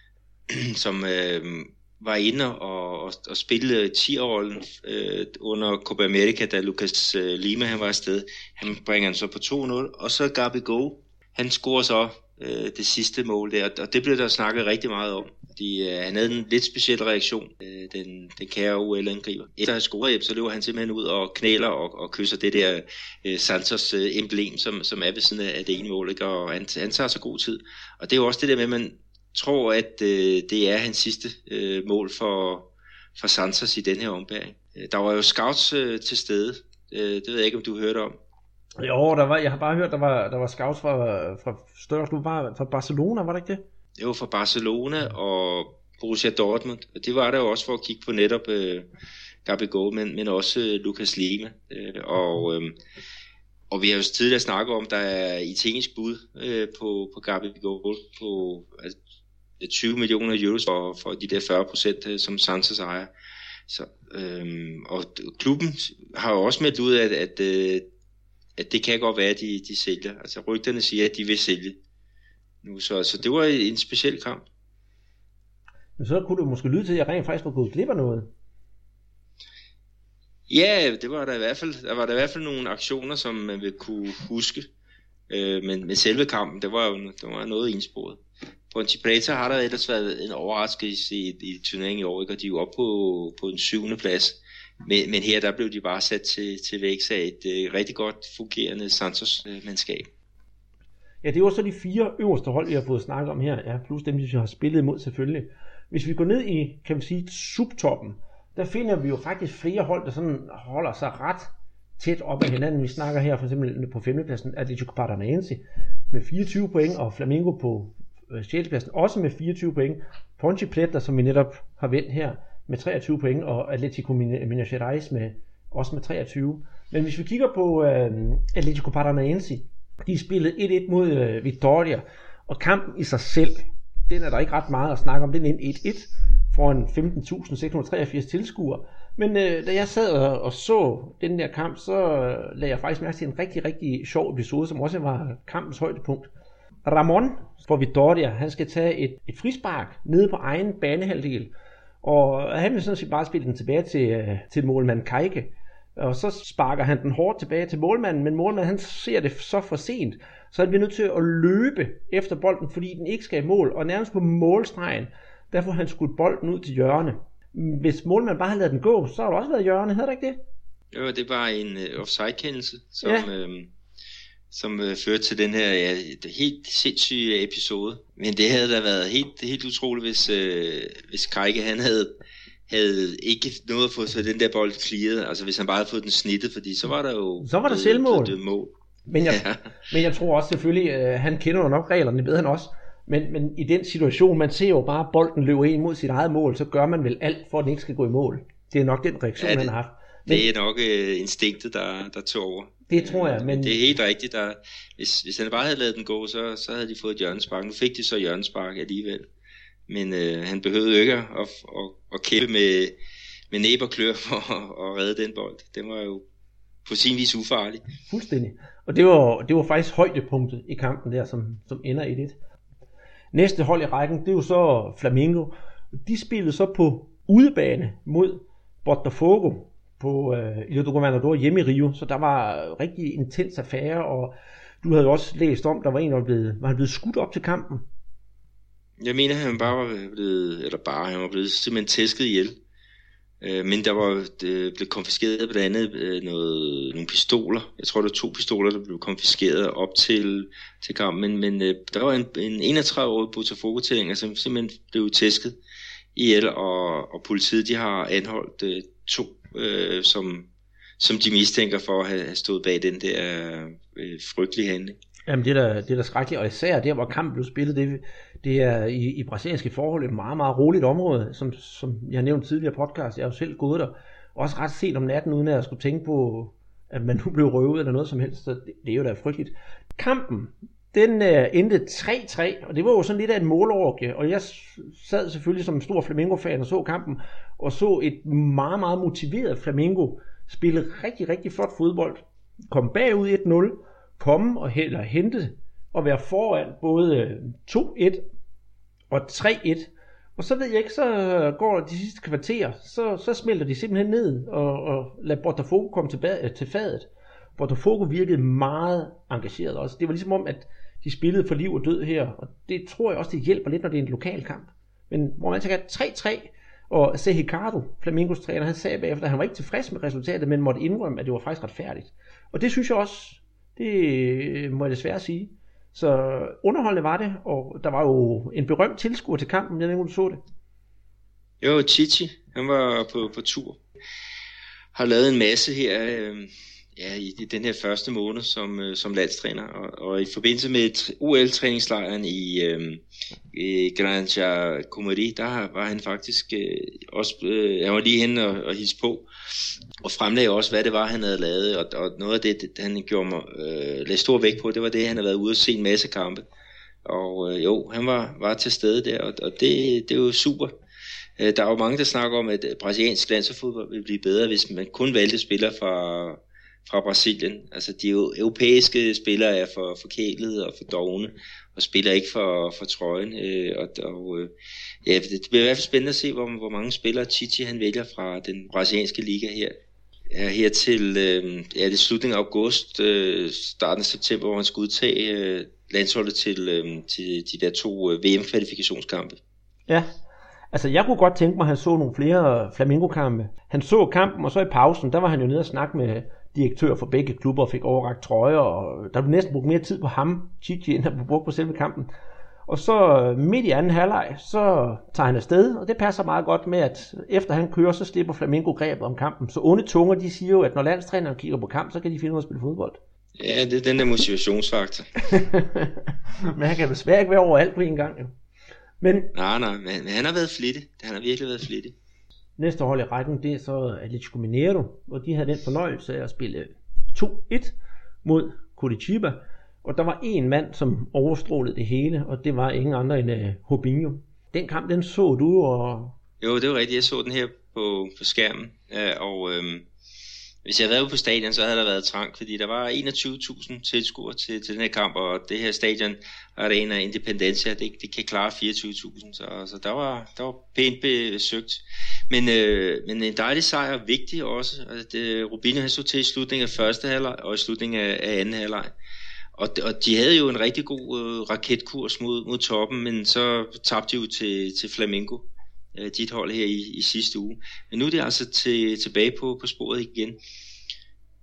Speaker 2: som øh, var inde og, og, og spillede ti-rollen øh, under Copa America, da Lucas øh, Lima han var afsted. Han bringer den så på to nul. Og så Gabigol, han scorer så øh, det sidste mål der, og det blev der snakket rigtig meget om. Fordi, øh, han havde en lidt speciel reaktion, øh, den, den kære O L-angriber. Efter at have scoret, så løber han simpelthen ud og knæler og, og kysser det der øh, Santos øh, emblem, som, som er ved siden af det ene mål, ikke? Og han, han tager så god tid. Og det er jo også det der med, at man tror, at øh, det er hans sidste øh, mål for, for Santos i den her ombæring. Der var jo scouts øh, til stede, øh, det ved jeg ikke, om du hørte om.
Speaker 1: Jo, der var, jeg har bare hørt, der var, der var scouts fra, fra større klub, fra Barcelona, var det ikke det?
Speaker 2: Det var fra Barcelona og Borussia Dortmund. Det var der jo også for at kigge på netop øh, Gabigol, men, men også øh, Lucas Lima. Øh, og, øh, og vi har jo tidligere snakket om, der er italiensk bud øh, på, på Gabigol på altså, tyve millioner euro for, for de der fyrre procent, øh, som Santos ejer. Så, øh, og klubben har jo også meldt ud, at, at, øh, at det kan godt være, at de, de sælger. Altså rygterne siger, at de vil sælge. Nu, så, så det var en speciel kamp.
Speaker 1: Men så kunne du måske lyde til, at jeg rent faktisk var gået glip af noget.
Speaker 2: Ja, det var der i hvert fald. Der var der i hvert fald nogle aktioner, som man vil kunne huske. Øh, men, men selve kampen, det var jo det var noget ensporet. Ponte Preta har der ellers været en overraskelse i, i turneringen i år, ikke? Og de er jo oppe på, på en syvende plads. Men, men her der blev de bare sat til, til vægs af et øh, rigtig godt fungerende Santos-mandskab.
Speaker 1: Ja, det var så de fire øverste hold, vi har fået snakket om her, ja, plus dem, vi har spillet imod selvfølgelig. Hvis vi går ned i, kan vi sige, subtoppen, der finder vi jo faktisk flere hold, der sådan holder sig ret tæt op ad hinanden. Vi snakker her for eksempel på femtepladsen Atlético Paranaense med fireogtyve point, og Flamengo på sjettepladsen også med fireogtyve point. Ponte Preta, som vi netop har vendt her, med treogtyve point, og Atlético Minas Gerais med, også med treogtyve. Men hvis vi kigger på øh, Atlético Paranaense, de spillede et et mod øh, Vitória, og kampen i sig selv, den er der ikke ret meget at snakke om. Den er en et et foran femten tusind seks hundrede treogfirs tilskuere. Men øh, da jeg sad og, og så den der kamp, så øh, lagde jeg faktisk mærke til en rigtig, rigtig sjov episode, som også var kampens højdepunkt. Ramon for Vitória, han skal tage et, et frispark nede på egen banehalvdel, og han vil sådan set bare spille den tilbage til, øh, til målmand Kajke. Og så sparker han den hårdt tilbage til målmanden, men målmanden han ser det så for sent, så han bliver nødt til at løbe efter bolden, fordi den ikke skal i mål, og nærmest på målstregen, der får han skudt bolden ud til hjørne. Hvis målmanden bare havde ladet den gå, så har det også været hjørne, havde det ikke det?
Speaker 2: Jo, det var en uh, offside-kendelse, som, ja. øhm, som øh, førte til den her ja, helt sindssyge episode. Men det havde da været helt, helt utroligt, hvis, øh, hvis Kajke han havde, havde ikke noget at få så den der bold clearet. Altså hvis han bare havde fået den snittet, fordi så var der jo...
Speaker 1: Så var der selvmål.
Speaker 2: Det mål.
Speaker 1: Men jeg, ja. men jeg tror også selvfølgelig, øh, han kender jo nok reglerne bedre end os. Men, men i den situation, man ser jo bare, bolden løber ind mod sit eget mål, så gør man vel alt, for at den ikke skal gå i mål. Det er nok den reaktion, ja, det, han har haft. Men,
Speaker 2: det er nok øh, instinktet, der, der tog over.
Speaker 1: Det tror jeg, men...
Speaker 2: Det er helt rigtigt. Der, hvis, hvis han bare havde ladet den gå, så, så havde de fået et hjørnespark. Nu fik de så hjørnespark alligevel. Men øh, han behøvede ikke at, at, at, at kæmpe med, med næb og klør for at, at redde den bold. Det var jo på sin vis ufarlig.
Speaker 1: Fuldstændig. Og det var, det var faktisk højdepunktet i kampen der, som, som ender i det. Næste hold i rækken, det er jo så Flamengo. De spillede så på udebane mod Botafogo på øh, Ilha do Governador hjemme i Rio, så der var rigtig intens affære, og du havde jo også læst om, der var en, der var blevet, var blevet skudt op til kampen.
Speaker 2: Jeg mener, han bare var blevet, eller bare, han var blevet simpelthen tæsket ihjel. Øh, men der var det blev konfiskeret blandt andet øh, noget, nogle pistoler. Jeg tror, der var to pistoler, der blev konfiskeret op til, til kampen. Men, men øh, der var en, en enogtredive-årig Botafogo-tilhænger, som simpelthen blev tæsket ihjel, og, og politiet de har anholdt øh, to, øh, som, som de mistænker for at have stået bag den der øh, frygtelige handling.
Speaker 1: Jamen det er da, det er da skrækkeligt, og især der, hvor kampen blev spillet, det, det er i, i brasilianske forhold et meget, meget roligt område, som, som jeg har nævnt tidligere podcast. Jeg har jo selv gået der, også ret sent om natten, uden at jeg skulle tænke på, at man nu blev røvet eller noget som helst, så det, det er jo da frygteligt. Kampen, den uh, endte tre tre, og det var jo sådan lidt af et målorgie, og jeg sad selvfølgelig som en stor Flamengo-fan og så kampen, og så et meget, meget motiveret Flamengo spille rigtig, rigtig flot fodbold, kom bagud et nul, komme og heller hente og være foran både to et og tre et. Og så ved jeg ikke, så går de sidste kvarter, så, så smelter de simpelthen ned og, og lader Botafogo komme tilbage til fadet. Botafogo virkede meget engageret også. Det var ligesom om, at de spillede for liv og død her, og det tror jeg også, det hjælper lidt, når det er en lokal kamp. Men hvor man tænker tre tre, og C. Ricardo, Flamingos træner, han sagde bagefter, at han var ikke tilfreds med resultatet, men måtte indrømme, at det var faktisk retfærdigt. Og det synes jeg også, det må jeg desværre sige. Så underholdende var det, og der var jo en berømt tilskuer til kampen, jeg ved ikke, om du så det.
Speaker 2: Jo, Chichi, han var på, på tur. Har lavet en masse her øh, ja, i, i den her første måned som, øh, som landstræner, og, og i forbindelse med U L-træningslejren i, øh, i Granja Comedy, der var han faktisk øh, også, øh, jeg var lige henne og, og hilse på, og fremlagde også, hvad det var, han havde lavet, og, og noget af det, det han gjorde mig, øh, lagde stor vægt på, det var det, han havde været ude og se en masse kampe, og øh, jo, han var, var til stede der, og, og det, det er jo super. Øh, der er jo mange, der snakker om, at brasiliansk landsholdsfodbold vil blive bedre, hvis man kun valgte spillere fra, fra Brasilien. Altså, de europæiske spillere er for forkælede og for dovne, og spiller ikke for, for trøjen, øh, og, og ja, det bliver i hvert fald spændende at se, hvor, hvor mange spillere Tite han vælger fra den brasilianske liga her. Ja, her til øh, ja, det slutningen af august, øh, starten af september, hvor han skal udtage øh, landsholdet til, øh, til de der to øh, V M-kvalifikationskampe.
Speaker 1: Ja, altså jeg kunne godt tænke mig, at han så nogle flere Flamengo-kampe. Han så kampen, og så i pausen, der var han jo nede og snakke med direktør for begge klubber og fik overrakt trøjer, og der blev næsten brugt mere tid på ham, Chichi, end der blev brugt på selve kampen. Og så midt i anden halvleg, så tager han afsted, og det passer meget godt med, at efter han kører, så slipper Flamengo grebet om kampen. Så onde tunger, de siger jo, at når landstræneren kigger på kamp, så kan de finde ud af at spille fodbold.
Speaker 2: Ja, det er den der motivationsfaktor.
Speaker 1: Men han kan desværre ikke være overalt på en gang, jo. Men,
Speaker 2: nej, nej, men han har været flittig. Han har virkelig været flittig.
Speaker 1: Næste hold i rækken, det er så Atlético Mineiro, og de havde den fornøjelse af at spille to et mod Curitiba. Og der var en mand, som overstrålede det hele, og det var ingen andre end uh, Robinho. Den kamp, den så du, og...
Speaker 2: Jo, det var rigtigt. Jeg så den her på, på skærmen, ja, og øhm, hvis jeg havde været ude på stadion, så havde der været trangt, fordi der var enogtyve tusind tilskuere til, til den her kamp, og det her stadion, Arena Independencia, det, det kan klare fireogtyve tusind, så, så der, var, der var pænt besøgt. Men, øh, men en dejlig sejr, vigtig også, at øh, Robinho han stod til i slutningen af første halvleg, og i slutningen af, af anden halvleg. Og, og de havde jo en rigtig god øh, raketkurs mod, mod toppen, men så tabte de jo til, til Flamengo, øh, dit hold her i, i sidste uge. Men nu er det altså til, tilbage på, på sporet igen.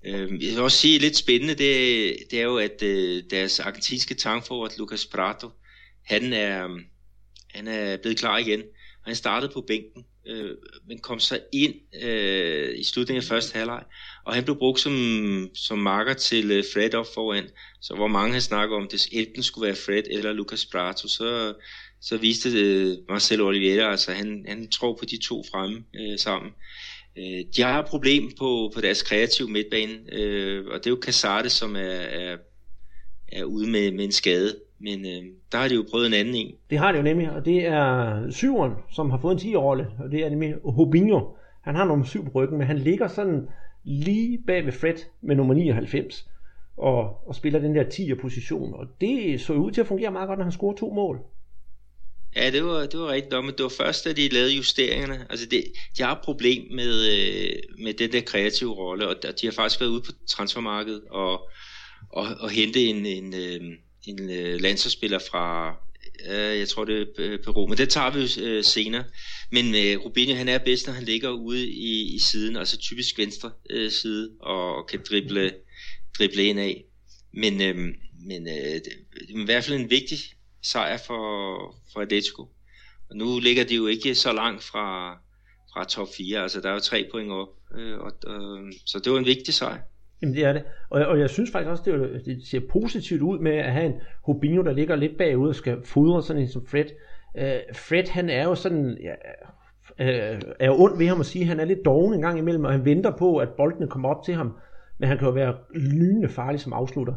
Speaker 2: Øh, jeg vil også sige lidt spændende, det, det er jo, at øh, deres argentinske tankforward, Lucas Prato, han er, han er blevet klar igen. Han startede på bænken, øh, men kom så ind øh, i slutningen af første halvleg, og han blev brugt som, som marker til øh, Fred op foran. Så hvor mange har snakket om, det enten skulle være Fred eller Lucas Prato, så, så viste det Marcelo Oliveira, altså han, han tror på de to fremme øh, sammen. Øh, de har et problem på, på deres kreative midtbane, øh, og det er jo Casares, som er, er, er ude med, med en skade. Men øh, der har de jo prøvet en anden en.
Speaker 1: Det har de jo nemlig, og det er syveren, som har fået en ti-rolle, og det er nemlig Robinho. Han har nummer syv på ryggen, men han ligger sådan lige bag ved Fred med nummer nioghalvfems, og, og spiller den der tier-position, og det så ud til at fungere meget godt, når han scorede to mål.
Speaker 2: Ja, det var, det var rigtigt nok, men det var først, da de lavede justeringerne. Altså, det, de har et problem med, øh, med den der kreative rolle, og de har faktisk været ude på transfermarkedet og, og, og hente en... en øh, en øh, landsholdsspiller fra, øh, jeg tror det er Peru, men det tager vi jo øh, senere. Men øh, Robinho, han er bedst, når han ligger ude i, i siden, altså typisk venstre øh, side, og kan drible, drible ind af. Men, øh, men øh, det er i hvert fald en vigtig sejr for, for Atletico. Og nu ligger de jo ikke så langt fra, fra top fire, altså der er jo tre point op, øh, og, og, så det var en vigtig sejr.
Speaker 1: Jamen det er det, og jeg, og jeg synes faktisk også, det, det ser positivt ud med at have en Robinho, der ligger lidt bagud og skal fodre sådan en som Fred. Uh, Fred, han er jo sådan, ja, uh, er jo ondt ved ham at sige, han er lidt doven en gang imellem, og han venter på, at boldene kommer op til ham, men han kan jo være lynende farlig som afslutter.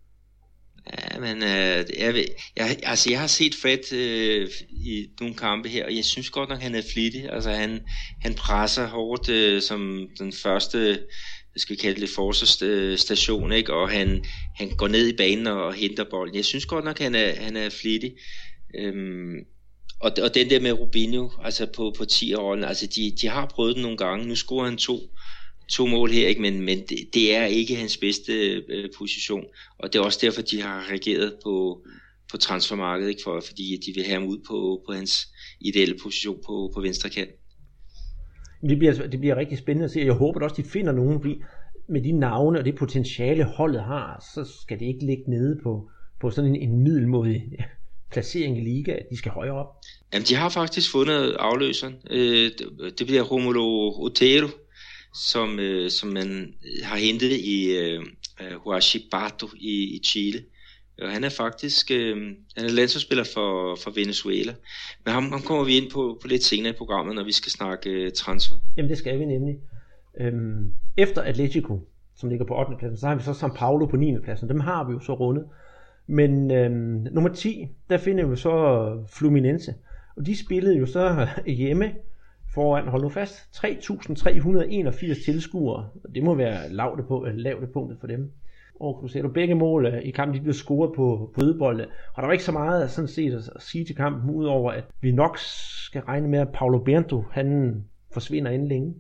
Speaker 2: Ja, men øh, jeg, ved, jeg, altså jeg har set Fred øh, i nogle kampe her, og jeg synes godt nok, han er flittig. Altså han, han presser hårdt øh, som den første, skal vi kalde det, forsvarsstation, ikke? Og han, han går ned i banen og, og henter bolden. Jeg synes godt nok, han er, han er flittig. Øhm, og, og den der med Robinho, altså på, på ti-rollen, altså de, de har prøvet den nogle gange. Nu scorer han to. to mål her, ikke? men, men det, det er ikke hans bedste øh, position, og det er også derfor, de har reageret på, på transfermarkedet, ikke? For, fordi de vil have ham ud på, på hans ideelle position på, på venstre kant.
Speaker 1: Det bliver, det bliver rigtig spændende at se, jeg håber også, de finder nogen, fordi med de navne og det potentiale holdet har, så skal det ikke ligge nede på, på sådan en, en middelmådig placering i liga, at de skal højere op.
Speaker 2: Jamen, de har faktisk fundet afløseren. Øh, det, det bliver Romulo Otero, som, øh, som man har hentet i øh, Huachipato i, i Chile. Og han er faktisk øh, han er landsholdsspiller for, for Venezuela. Men ham, ham kommer vi ind på, på lidt senere i programmet, når vi skal snakke øh, transfer.
Speaker 1: Jamen det skal vi nemlig. Øhm, efter Atletico, som ligger på ottende pladsen, så har vi så São Paulo på niende pladsen. Dem har vi jo så rundet. Men øhm, nummer ti, der finder vi så Fluminense. Og de spillede jo så hjemme foran, hold nu fast, tre tusind tre hundrede og enogfirs tilskuere. Det må være lavt på, lavt for dem. Og du ser du begge mål i kampen, de blev scoret på, på dødbolde. Og der var ikke så meget sådan set at sige til kampen, udover at vi nok skal regne med, at Paulo Bento, han forsvinder inden længe.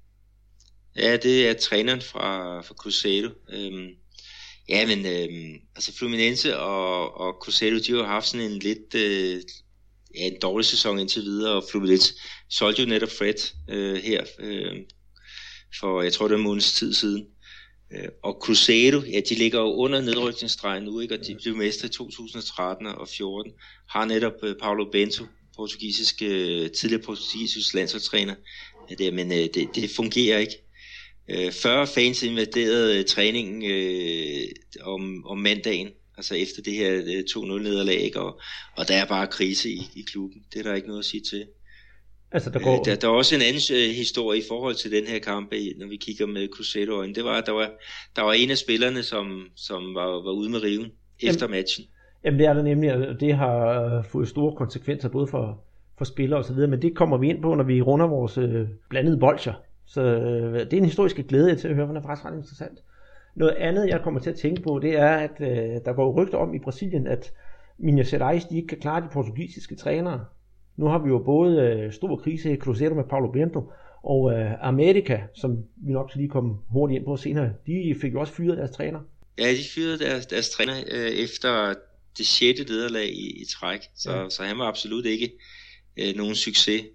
Speaker 2: Ja, det er træneren fra, fra Cruzeiro. Øhm, ja, men øhm, altså Fluminense og, og Cruzeiro, de har jo haft sådan en lidt... Øh, Ja, en dårlig sæson indtil videre, og Fluminense solgte jo netop Fred øh, her øh, for, jeg tror det er en måneds tid siden. Øh, og Cruzeiro, ja, de ligger jo under nedrykningsstregen nu, ikke? Og de blev mestre i to tusind og tretten og fjorten. Har netop øh, Paulo Bento, portugisisk, øh, tidligere portugisisk landsholdstræner, ja, det, men øh, det, det fungerer ikke. Øh, fyrre fans invaderede øh, træningen øh, om, om mandagen, altså efter det her to nul nederlag, og, og der er bare krise i, i klubben. Det er der ikke noget at sige til.
Speaker 1: Altså, der, går...
Speaker 2: der, der er også en anden uh, historie i forhold til den her kamp, når vi kigger med Cruzeiro. Det var, at der var, der var en af spillerne, som, som var, var ude med riven efter jamen, matchen.
Speaker 1: Jamen det er der nemlig, og det har fået store konsekvenser både for, for spillere og så videre, men det kommer vi ind på, når vi runder vores øh, blandede bolcher. Så øh, det er en historisk glæde til at høre, for den er faktisk ret interessant. Noget andet, jeg kommer til at tænke på, det er, at øh, der går rygter om i Brasilien, at Minas Gerais, de ikke kan klare de portugisiske trænere. Nu har vi jo både øh, stor krise i Cruzeiro med Paulo Bento, og øh, America, som vi nok skal lige komme hurtigt ind på senere, de fik jo også fyret deres træner.
Speaker 2: Ja, de fyrede deres, deres træner øh, efter det sjette nederlag i, i træk, så, ja. så han var absolut ikke øh, nogen succes.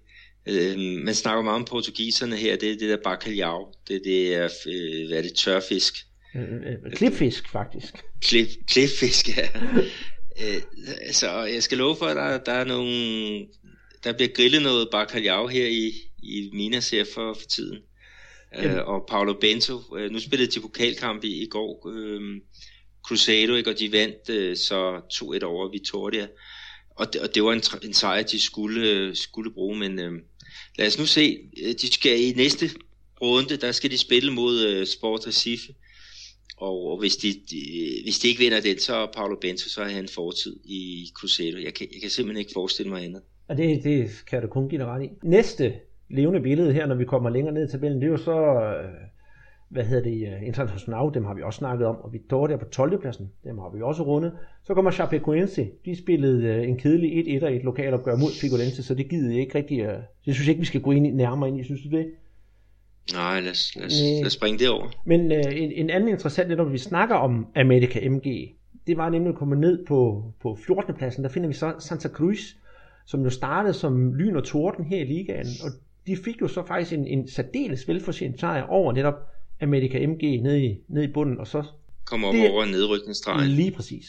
Speaker 2: Øh, man snakker meget om portugiserne her, det er det der bacalhau, det, det er, øh, hvad er det, tørfisk?
Speaker 1: Øh, klipfisk faktisk.
Speaker 2: Klip, klipfisk, ja. øh, så jeg skal love for, at der, der er nogle, der bliver grillet noget bacalhau her i, i Minas her for, for tiden. Øh, og Paulo Bento, øh, nu spillede de pokalkamp i, i går, øh, Cruzeiro, ikke, og de vandt øh, så to et over Vitória. Og det, og det var en, en sejr, de skulle, skulle bruge, men øh, lad os nu se. De skal i næste runde, der skal de spille mod øh, Sport Recife, og, og hvis, de, de, hvis de ikke vinder den, så er Paulo Bento, så har han fortid i Cruzeiro. Jeg kan, jeg kan simpelthen ikke forestille mig andet.
Speaker 1: Og det, det kan du kun give dig ret i. Næste levende billede her, når vi kommer længere ned i tabellen, det er jo så... Øh, hvad hedder det, Internacional, dem har vi også snakket om, og Vitória på tolvte pladsen, dem har vi også rundet. Så kommer Chapecoense, de spillede en kedelig et et og et lokalopgør mod Figueirense, så det gider jeg ikke rigtig, det synes jeg ikke, vi skal gå ind i nærmere ind i, synes du det?
Speaker 2: Nej, lad os, lad os, lad os springe det over.
Speaker 1: Men uh, en, en anden interessant, når vi snakker om América M G, det var nemlig at komme ned på, på fjortende pladsen, der finder vi så Santa Cruz, som jo startede som lyn og torden her i ligaen, og de fik jo så faktisk en, en særdeles velfortjent sejr over netop América M G nede i, nede i bunden, og så
Speaker 2: kommer op det, over nedrykningsstregen.
Speaker 1: Lige præcis.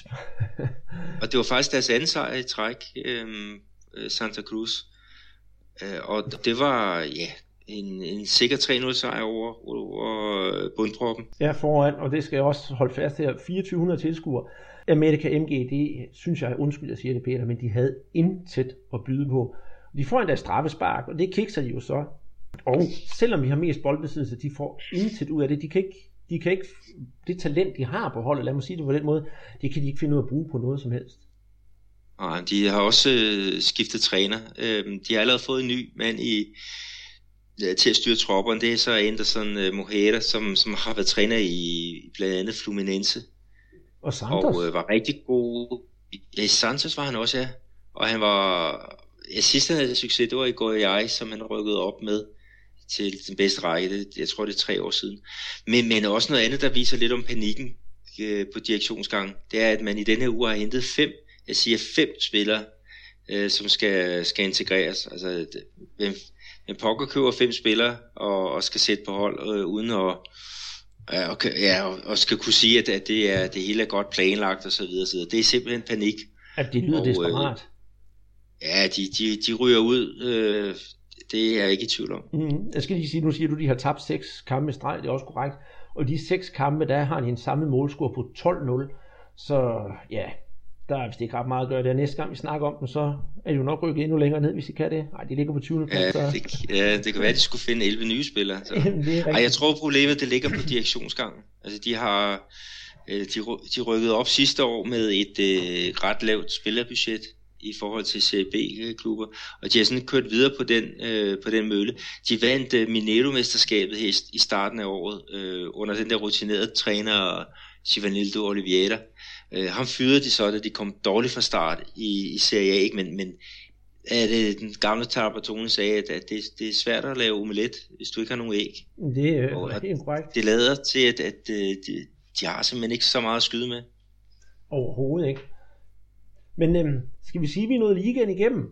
Speaker 2: Og det var faktisk deres anden sejr i træk, øhm, Santa Cruz. Øh, og det var ja en, en sikker tre nul sejr over, over bundproppen.
Speaker 1: Ja, foran, og det skal jeg også holde fast her, fireogtyve hundrede tilskuere. América M G, det synes jeg, undskyld jeg siger det, Peter, men de havde intet at byde på. De får endda straffespark, og det kikser de jo så. Og selvom vi har mest boldbesiddelse, de får intet ud af det. De kan ikke, de kan ikke, det talent, de har på holdet, lad mig sige det på den måde, det kan de ikke finde ud af at bruge på noget som helst.
Speaker 2: Nej, de har også øh, skiftet træner. Øh, de har allerede fået en ny mand i, ja, til at styre tropperne. Det er så Anderson øh, Moreira, som, som har været træner i blandt andet Fluminense.
Speaker 1: Og Santos.
Speaker 2: Og øh, var rigtig god. Ja, i Santos var han også, ja. Og han var... Ja, sidst han havde succes, det var i Goiás, som han rykkede op med til den bedste række. Det, jeg tror, det er tre år siden. Men, men også noget andet, der viser lidt om panikken øh, på direktionsgangen, det er, at man i denne her uge har hentet fem, jeg siger fem spillere, øh, som skal, skal integreres. Altså, det, hvem, hvem pokker køber fem spillere og, og skal sætte på hold, øh, uden at ja, og, ja, og, og skal kunne sige, at, at det, er, det hele er godt planlagt og så videre. Så det er simpelthen panik.
Speaker 1: At de lyder desperat.
Speaker 2: Øh, ja, de, de, de ryger ud. Øh, det er jeg ikke i tvivl om.
Speaker 1: Mm, jeg skal lige sige, nu siger du, at de har tabt seks kampe i streg, det er også korrekt. Og de seks kampe, der har de en samlet målscore på tolv nul. Så ja, der er vist ikke ret meget at gøre der. Næste gang vi snakker om dem, så er de jo nok rykket endnu længere ned, hvis de kan det. Nej, de ligger på tyvende plads.
Speaker 2: Ja, det, ja, det kan være, at de skulle finde elleve nye spillere. Så. Ej, jeg tror, problemet det ligger på direktionsgangen. Altså, de har de, de rykket op sidste år med et øh, ret lavt spillerbudget i forhold til Serie B-klubber, og de har sådan kørt videre på den, øh, på den mølle. De vandt øh, Mineiro-mesterskabet her i starten af året, øh, under den der rutinerede træner, Givanildo Oliveira. Øh, ham fyrede de så, da de kom dårligt fra start i, i Serie A, ikke? men, men at, øh, den gamle Trapattoni sagde, at, at det, det er svært at lave omelet, hvis du ikke har nogen æg.
Speaker 1: Det er og, helt korrekt.
Speaker 2: Det lader til, at, at, at de, de har simpelthen ikke så meget at skyde med.
Speaker 1: Overhovedet ikke. Men øhm, skal vi sige, at vi er nået ligaen igennem?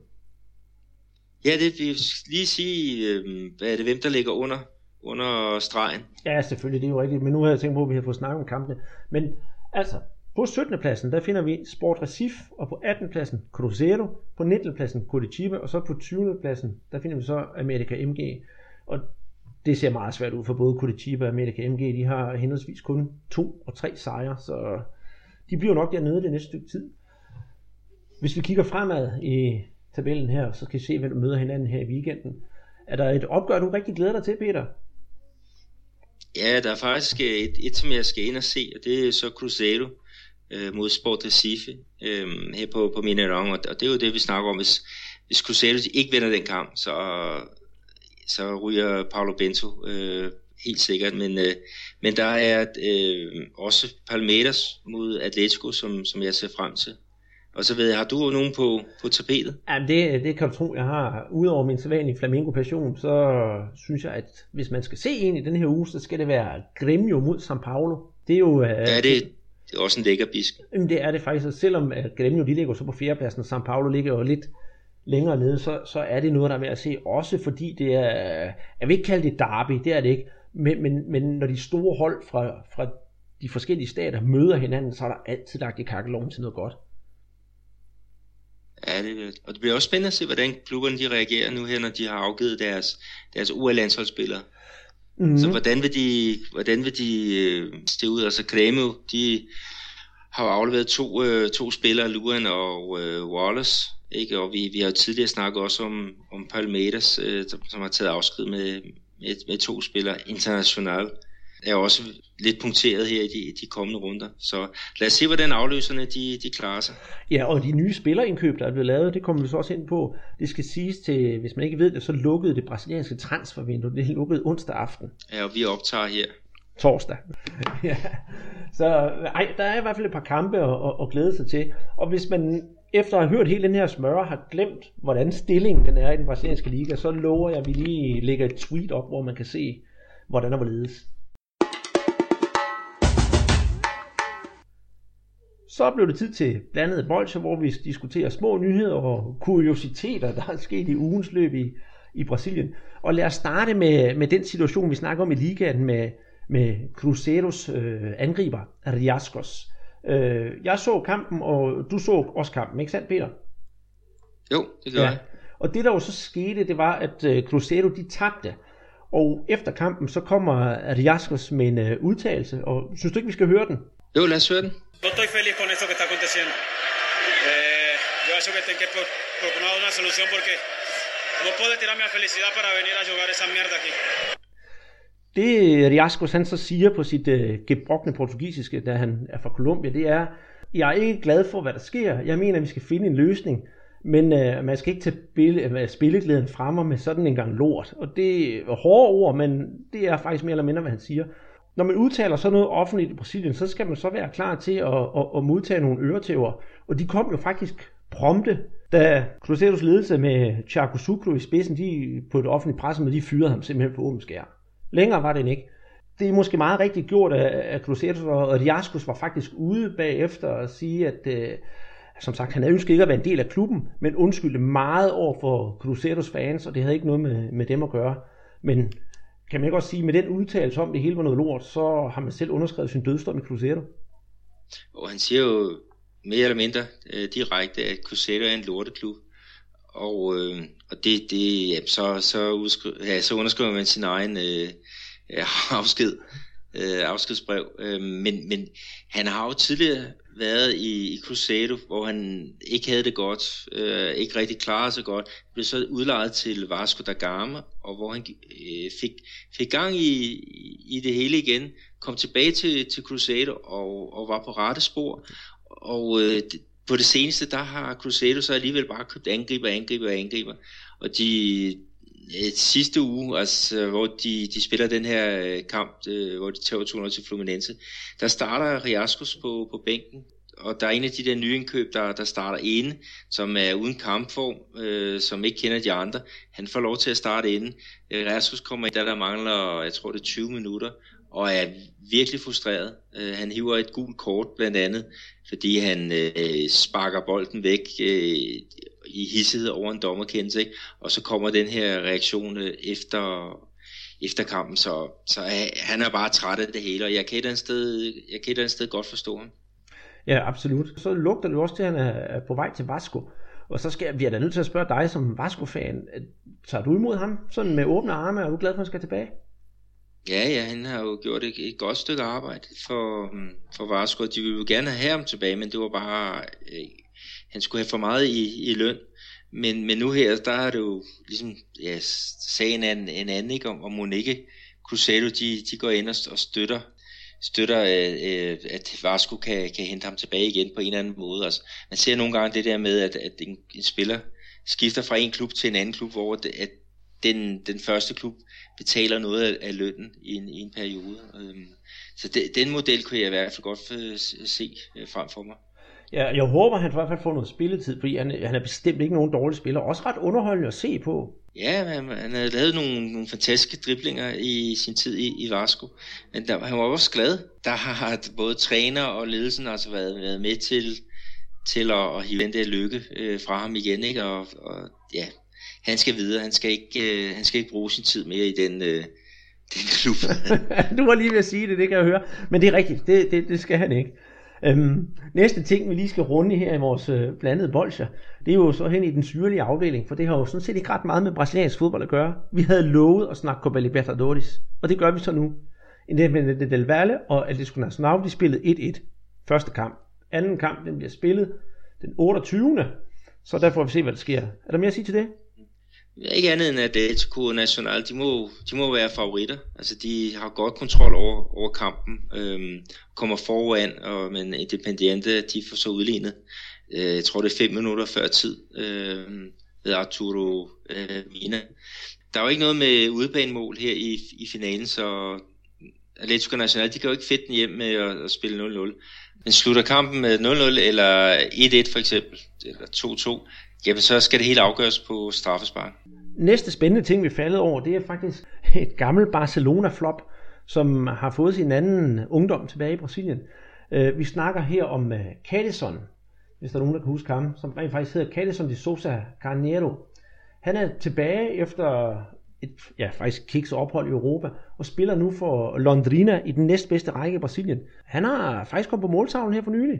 Speaker 2: Ja, det vil lige sige, øhm, hvad er det, hvem der ligger under, under stregen?
Speaker 1: Ja, selvfølgelig, det er jo rigtigt, men nu har jeg tænkt på, at vi har fået snakket om kampene. Men altså, på syttende pladsen, der finder vi Sport Recife, og på attende pladsen Cruzeiro, på nittende pladsen Curitiba, og så på tyvende pladsen, der finder vi så América M G. Og det ser meget svært ud for både Curitiba og América M G. De har henholdsvis kun to og tre sejre, så de bliver nok dernede det næste stykke tid. Hvis vi kigger fremad i tabellen her, så kan vi se, hvem der møder hinanden her i weekenden. Er der et opgør, du rigtig glæder dig til, Peter?
Speaker 2: Ja, der er faktisk et, et som jeg skal ind og se, og det er så Cruzeiro øh, mod Sport Recife øh, her på, på Mineirão, og det er jo det, vi snakker om. Hvis, hvis Cruzeiro ikke vinder den kamp, så, så ryger Paulo Bento øh, helt sikkert, men, øh, men der er øh, også Palmeiras mod Atletico, som, som jeg ser frem til. Og så ved jeg, har du nogen på, på tapetet?
Speaker 1: Jamen det, det kan du tro, jeg har. Udover min sædvanlige Flamengo-passion, så synes jeg, at hvis man skal se en i den her uge, så skal det være Grêmio mod São Paulo. Det er jo...
Speaker 2: Ja, det, det er også en lækker bisk.
Speaker 1: Det er det faktisk, og selvom Grêmio de ligger så på fjerdepladsen, og São Paulo ligger jo lidt længere nede, så, så er det noget, der er værd at se. Også fordi det er, jeg vil ikke kalde det derby, det er det ikke. Men, men, men når de store hold fra, fra de forskellige stater møder hinanden, så er der altid lagt i kakkeloven til noget godt.
Speaker 2: Ja, det, og det bliver også spændende at se, hvordan klubberne de reagerer nu her, når de har afgivet deres, deres U A-landsholdsspillere. Mm-hmm. Så hvordan vil de, hvordan vil de øh, se ud? Altså Grêmio, de har afleveret to, øh, to spillere, Luan og øh, Wallace, ikke? Og vi, vi har jo tidligere snakket også om, om Palmeiras, øh, som har taget afsked med, med, med to spillere. International er også lidt punkteret her i de, de kommende runder. Så lad os se, hvordan afløserne de, de klarer sig.
Speaker 1: Ja, og de nye spillerindkøb, der er blevet lavet, det kommer vi så også ind på. Det skal siges til, hvis man ikke ved det, så lukkede det brasilianske transfervindue. Det lukkede onsdag aften.
Speaker 2: Ja, og vi optager her.
Speaker 1: Torsdag. Ja. Så ej, der er i hvert fald et par kampe at, at, at glæde sig til. Og hvis man efter at have hørt hele den her smøre har glemt, hvordan stillingen den er i den brasilianske liga, så lover jeg, at vi lige lægger et tweet op, hvor man kan se, hvordan der hvorledes. Så blev det tid til blandede bolsjer, hvor vi diskuterer små nyheder og kuriositeter, der er sket i ugens løb i, i Brasilien. Og lad os starte med, med den situation, vi snakker om i ligaen med, med Cruzeiros øh, angriber, Riascos. Øh, jeg så kampen, og du så også kampen, ikke sandt, Peter?
Speaker 2: Jo, det gør ja. jeg.
Speaker 1: Og det der jo så skete, det var, at øh, Cruzeiro de tabte. Og efter kampen, så kommer Riascos med en øh, udtalelse, og synes du ikke, vi skal høre den?
Speaker 2: Jo, lad os høre den.
Speaker 3: No estoy feliz con esto que está aconteciendo. Eh, yo acho que tengo que procurar una solución porque no puedo tirar mi felicidad para venir a jugar esa mierda aquí.
Speaker 1: Det Riascos han så siger på sit øh, gebrokne portugisiske, da han er fra Colombia, det er, jeg er ikke glad for, hvad der sker. Jeg mener, at vi skal finde en løsning, men øh, man skal ikke tage bille, spilleglæden fremme med sådan en gang lort. Og det er hårde ord, men det er faktisk mere eller mindre, hvad han siger. Når man udtaler sådan noget offentligt i Brasilien, så skal man så være klar til at, at, at modtage nogle øretæver. Og de kom jo faktisk prompte, da Cruzeiros ledelse med Thiago Sucro i spidsen, de på et offentligt pressemøde, de fyrede ham simpelthen på åben skær. Længere var det ikke. Det er måske meget rigtigt gjort af Cruzeiros, og Riascos var faktisk ude bagefter at sige, at øh, som sagt, han ønskede ikke at være en del af klubben, men undskyldte meget over for Cruzeiros fans, og det havde ikke noget med, med dem at gøre. Men kan man ikke også sige, med den udtalelse om, det hele var noget lort, så har man selv underskrevet sin dødsdom i Cruzeiro?
Speaker 2: Og han siger jo mere eller mindre øh, direkte, at Cruzeiro er en lorteklub. Og, øh, og det, det ja, så, så, udskri- ja, så underskriver man sin egen øh, afsked, øh, afskedsbrev. Øh, men, men han har jo tidligere været i, i Cruzeiro, hvor han ikke havde det godt, øh, ikke rigtig klarede sig godt, blev så udlejet til Vasco da Gama, og hvor han øh, fik, fik gang i, i det hele igen, kom tilbage til, til Cruzeiro og, og var på rette spor, og øh, det, på det seneste, der har Cruzeiro så alligevel bare købt angriber, angriber, angriber, og de øh, sidste uge, altså hvor de, de spiller den her øh, kamp, øh, hvor de tager to nul til Fluminense, der starter Riascos på, på bænken, og der er en af de der nye indkøb, der, der starter inde, som er uden kampform, øh, som ikke kender de andre. Han får lov til at starte inde. Riascos kommer ind, der der mangler, jeg tror det er tyve minutter, og er virkelig frustreret. Øh, han hiver et gult kort blandt andet, fordi han øh, sparker bolden væk øh, i hissighed over en dommerkendelse, ikke? Og så kommer den her reaktion øh, efter, efter kampen, så, så øh, han er bare træt af det hele, og jeg kan et eller andet sted, jeg kan et eller andet sted godt forstå ham.
Speaker 1: Ja, absolut. Så lugter det også til, at han er på vej til Vasco. Og så skal vi er da nødt til at spørge dig som Vasco-fan, tager du imod ham sådan med åbne arme, og er du glad for, at han skal tilbage?
Speaker 2: Ja, ja, han har jo gjort et, et godt stykke arbejde for, for Vasco. De ville jo gerne have ham tilbage, men det var bare, øh, han skulle have for meget i, i løn. Men, men nu her, der er det jo ligesom, ja, sagen er en, en anden, ikke, om, om Monique Cruzeiro, de, de går ind og, og støtter, støtter øh, at Vasco kan, kan hente ham tilbage igen på en eller anden måde. Altså, man ser nogle gange det der med, at, at en, en spiller skifter fra en klub til en anden klub, hvor det, at den, den første klub betaler noget af, af lønnen i en, i en periode. Øhm, så de, den model kunne jeg i hvert fald godt øh, se øh, frem for mig.
Speaker 1: Ja, jeg håber, han i hvert fald får noget spilletid, fordi han, han er bestemt ikke nogen dårlig spiller. Også ret underholdende at se på.
Speaker 2: Ja, han, han havde lavet nogle, nogle fantastiske driblinger i sin tid i, i Vasco. Men der, han var også glad. Der har både træner og ledelsen altså været, været med til, til at, at hive den der lykke øh, fra ham igen, ikke? Og, og ja, han skal videre, han skal ikke, øh, han skal ikke bruge sin tid mere i den, øh, den klub.
Speaker 1: Du var lige ved at sige det, det kan jeg høre, men det er rigtigt, det, det, det skal han ikke. Øhm, næste ting vi lige skal runde her i vores øh, blandede bolsjer, det er jo så hen i den syrlige afdeling, for det har jo sådan set ikke ret meget med brasiliansk fodbold at gøre. Vi havde lovet at snakke Copa Libertadores, og det gør vi så nu. Independiente del Valle og Atlético Nacional, de spillede et et første kamp. Anden kamp, den bliver spillet den otteogtyvende Så der får vi se, hvad der sker. Er der mere at sige til det?
Speaker 2: Ikke andet end at Atlético Nacional, de må, de må være favoritter. Altså de har godt kontrol over, over kampen, øhm, kommer foran, og, men Independiente, de får så udlignet. Øh, jeg tror det er fem minutter før tid øh, ved Arturo øh, Mina. Der er jo ikke noget med udebanemål her i, i finalen, så Atlético Nacional, de kan jo ikke fedt den hjem med at, at spille nul nul. Men slutter kampen med nul nul eller et et for eksempel, eller to to, jamen så skal det helt afgøres på straffespark.
Speaker 1: Næste spændende ting, vi faldet over, det er faktisk et gammelt Barcelona-flop, som har fået sin anden ungdom tilbage i Brasilien. Vi snakker her om Cadison, hvis der er nogen, der kan huske ham, som rent faktisk hedder Cadison de Souza Carneiro. Han er tilbage efter et ja, faktisk kiks ophold i Europa, og spiller nu for Londrina i den næstbedste række i Brasilien. Han har faktisk kommet på måltavlen her for nylig.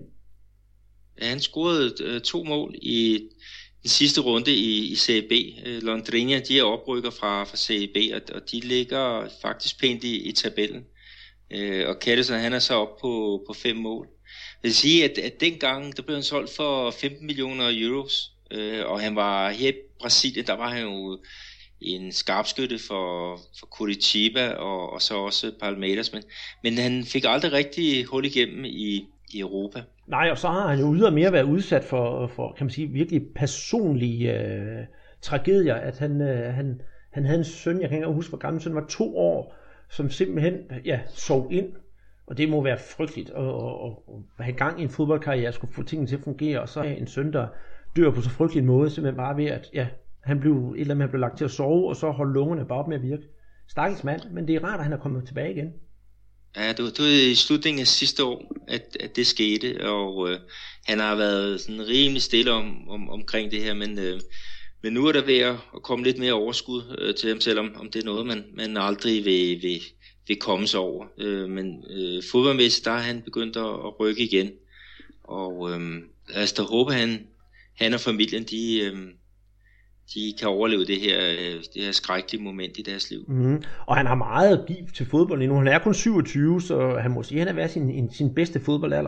Speaker 2: Ja, han scorede øh, to mål i den sidste runde i, i Serie B. Øh, Londrina, de er oprykker fra, fra Serie B, og, og de ligger faktisk pænt i, i tabellen. Øh, og Cadison, han er så op på, på fem mål. Jeg vil sige, at, at dengang, der blev han solgt for femten millioner euros, øh, og han var her i Brasilien, der var han jo en skarpskytte for, for Curitiba og, og så også Palmeiras, men, men han fik aldrig rigtig hul igennem i, i Europa.
Speaker 1: Nej, og så har han jo ydermere været udsat for, for kan man sige, virkelig personlige øh, tragedier, at han, øh, han, han havde en søn, jeg kan ikke huske, hvor gammel søn var, to år, som simpelthen ja, sov ind, og det må være frygteligt at, at, at have gang i en fodboldkarriere, at skulle få tingene til at fungere, og så en søn, der dør på så frygtelig en måde, simpelthen bare ved, at ja, han blev, et eller andet, han blev lagt til at sove, og så holdt lungerne bare op med at virke. Stakkels mand, men det er rart, at han er kommet tilbage igen.
Speaker 2: Ja, det var, det var i slutningen af sidste år, at, at det skete, og øh, han har været sådan rimelig stille om, om, omkring det her, men, øh, men nu er der ved at komme lidt mere overskud øh, til ham, selvom om det er noget, man, man aldrig vil, vil, vil komme sig over. Øh, men øh, fodboldmæssigt, der har han begyndt at, at rykke igen, og øh, altså, der håber han, han og familien, de... Øh, de kan overleve det her, det her skrækkelige moment i deres liv.
Speaker 1: Mm-hmm. Og han har meget at give til fodbold lige nu. Han er kun syvogtyve, så han må sige, at han er været sin, sin bedste fodboldalder.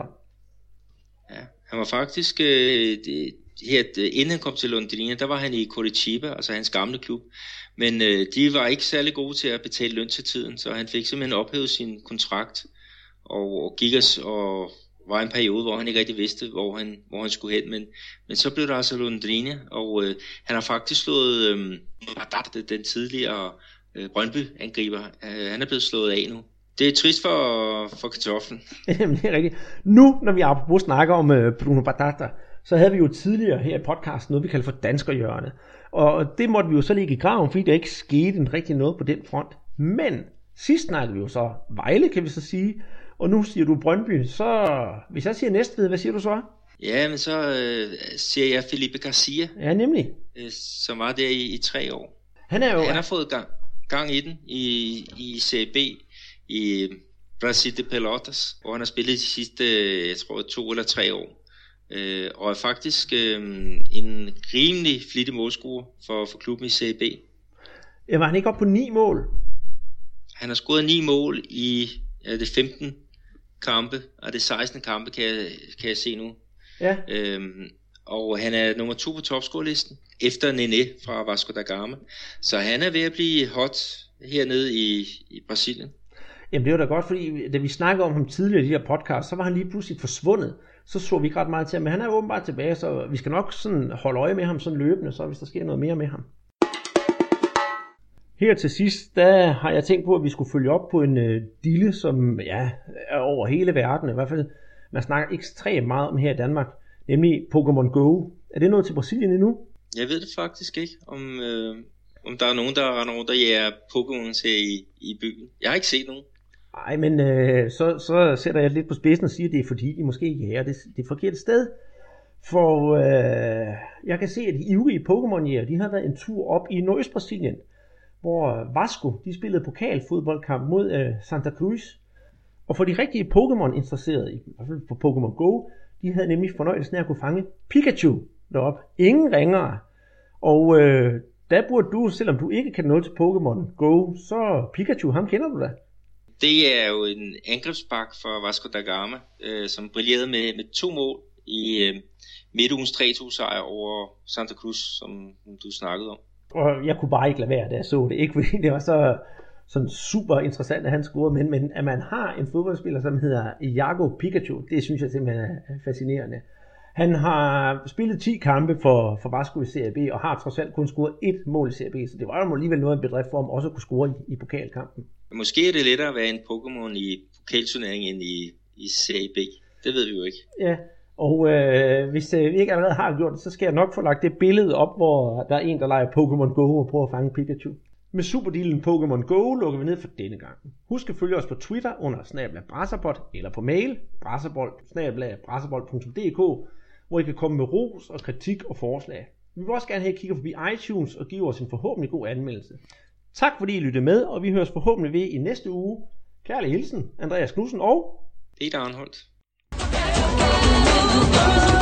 Speaker 2: Ja, han var faktisk, øh, det, her, inden han kom til Londrina, der var han i Curitiba, altså hans gamle klub. Men øh, de var ikke særlig gode til at betale løn til tiden, så han fik simpelthen ophævet sin kontrakt, og, og gik os og var en periode, hvor han ikke rigtig vidste, hvor han, hvor han skulle hen, men, men så blev der altså Londrina, og øh, han har faktisk slået øh, den tidligere øh, Brøndby-angriber, øh, han er blevet slået af nu. Det er trist for, for kartoflen.
Speaker 1: Jamen, det er rigtigt. Nu, når vi apropos snakker om øh, Bruno Batata, så havde vi jo tidligere her i podcasten noget, vi kalder for danskerhjørnet, og det måtte vi jo så ligge i graven, fordi der ikke skete en rigtig noget på den front. Men sidst snakkede vi jo så Vejle, kan vi så sige. Og nu siger du Brøndby, så hvis jeg siger Næstved, hvad siger du så?
Speaker 2: Ja, men så øh, siger jeg Felipe Garcia.
Speaker 1: Ja, nemlig.
Speaker 2: Øh, som var der i, i tre år.
Speaker 1: Han er jo...
Speaker 2: Han har fået gang, gang i den i, i Serie B, i Brasil de Pelotas, hvor han har spillet de sidste, jeg tror, to eller tre år. Øh, og er faktisk øh, en rimelig flittig målscorer for, for klubben i Serie B.
Speaker 1: Ja, var han ikke oppe på ni mål?
Speaker 2: Han har scoret ni mål i ja, det femten kampe, og det seksten kampe, kan jeg, kan jeg se nu.
Speaker 1: Ja.
Speaker 2: Øhm, og han er nummer to på topscorelisten, efter Nené fra Vasco da Gama. Så han er ved at blive hot hernede i, i Brasilien.
Speaker 1: Jamen det var da godt, fordi da vi snakkede om ham tidligere i de her podcast, så var han lige pludselig forsvundet. Så så vi ikke ret meget til ham, men han er åbenbart tilbage, så vi skal nok sådan holde øje med ham sådan løbende, så hvis der sker noget mere med ham. Her til sidst, der har jeg tænkt på, at vi skulle følge op på en øh, dille, som ja, er over hele verden. I hvert fald, man snakker ekstremt meget om her i Danmark, nemlig Pokémon Go. Er det noget til Brasilien endnu?
Speaker 2: Jeg ved det faktisk ikke, om, øh, om der er nogen, der render rundt og jager Pokémon her i, i byen. Jeg har ikke set nogen.
Speaker 1: Nej, men øh, så, så sætter jeg lidt på spidsen og siger, at det er fordi, de måske jager det, det forkerte sted. For øh, jeg kan se, at de ivrige Pokémon-jæger, de har været en tur op i Nordøst-Brasilien, hvor Vasco, de spillede pokalfodboldkamp mod øh, Santa Cruz. Og for de rigtige Pokémon-interesserede, i hvert fald på Pokémon Go, de havde nemlig fornøjelsen af at kunne fange Pikachu deroppe. Ingen ringere. Og øh, der burde du, selvom du ikke kan noget til Pokémon Go, så Pikachu, ham kender du da.
Speaker 2: Det er jo en angrebsbak for Vasco da Gama, øh, som brillerede med, med to mål i øh, midtugens tre to sejr over Santa Cruz, som du snakkede om.
Speaker 1: Og jeg kunne bare ikke lade være, da jeg så det. Ikke fordi det var så sådan super interessant, at han scorede, men, men at man har en fodboldspiller, som hedder Iago Pikachu, det synes jeg simpelthen er fascinerende. Han har spillet ti kampe for, for Vasco i Serie B, og har trods alt kun scoret et mål i Serie B, så det var jo alligevel noget af en bedrift for ham også at kunne score i, i pokalkampen.
Speaker 2: Måske er det lettere at være en Pokémon i pokalturneringen end i, i Serie B. Det ved vi jo ikke.
Speaker 1: Ja, og øh, hvis øh, vi ikke allerede har gjort det, så skal jeg nok få lagt det billede op, hvor der er en, der leger Pokémon Go og prøver at fange Pikachu. Med superdealen Pokémon Go lukker vi ned for denne gang. Husk at følge os på Twitter under snabel-a brasserbold eller på mail brasserbold snabel-a brasserbold punktum d k, hvor I kan komme med ros og kritik og forslag. Vi vil også gerne have, at I kigger forbi iTunes og giver os en forhåbentlig god anmeldelse. Tak fordi I lyttede med, og vi høres forhåbentlig ved i næste uge. Kærlig hilsen, Andreas Knudsen og
Speaker 2: Peter Arnholdt.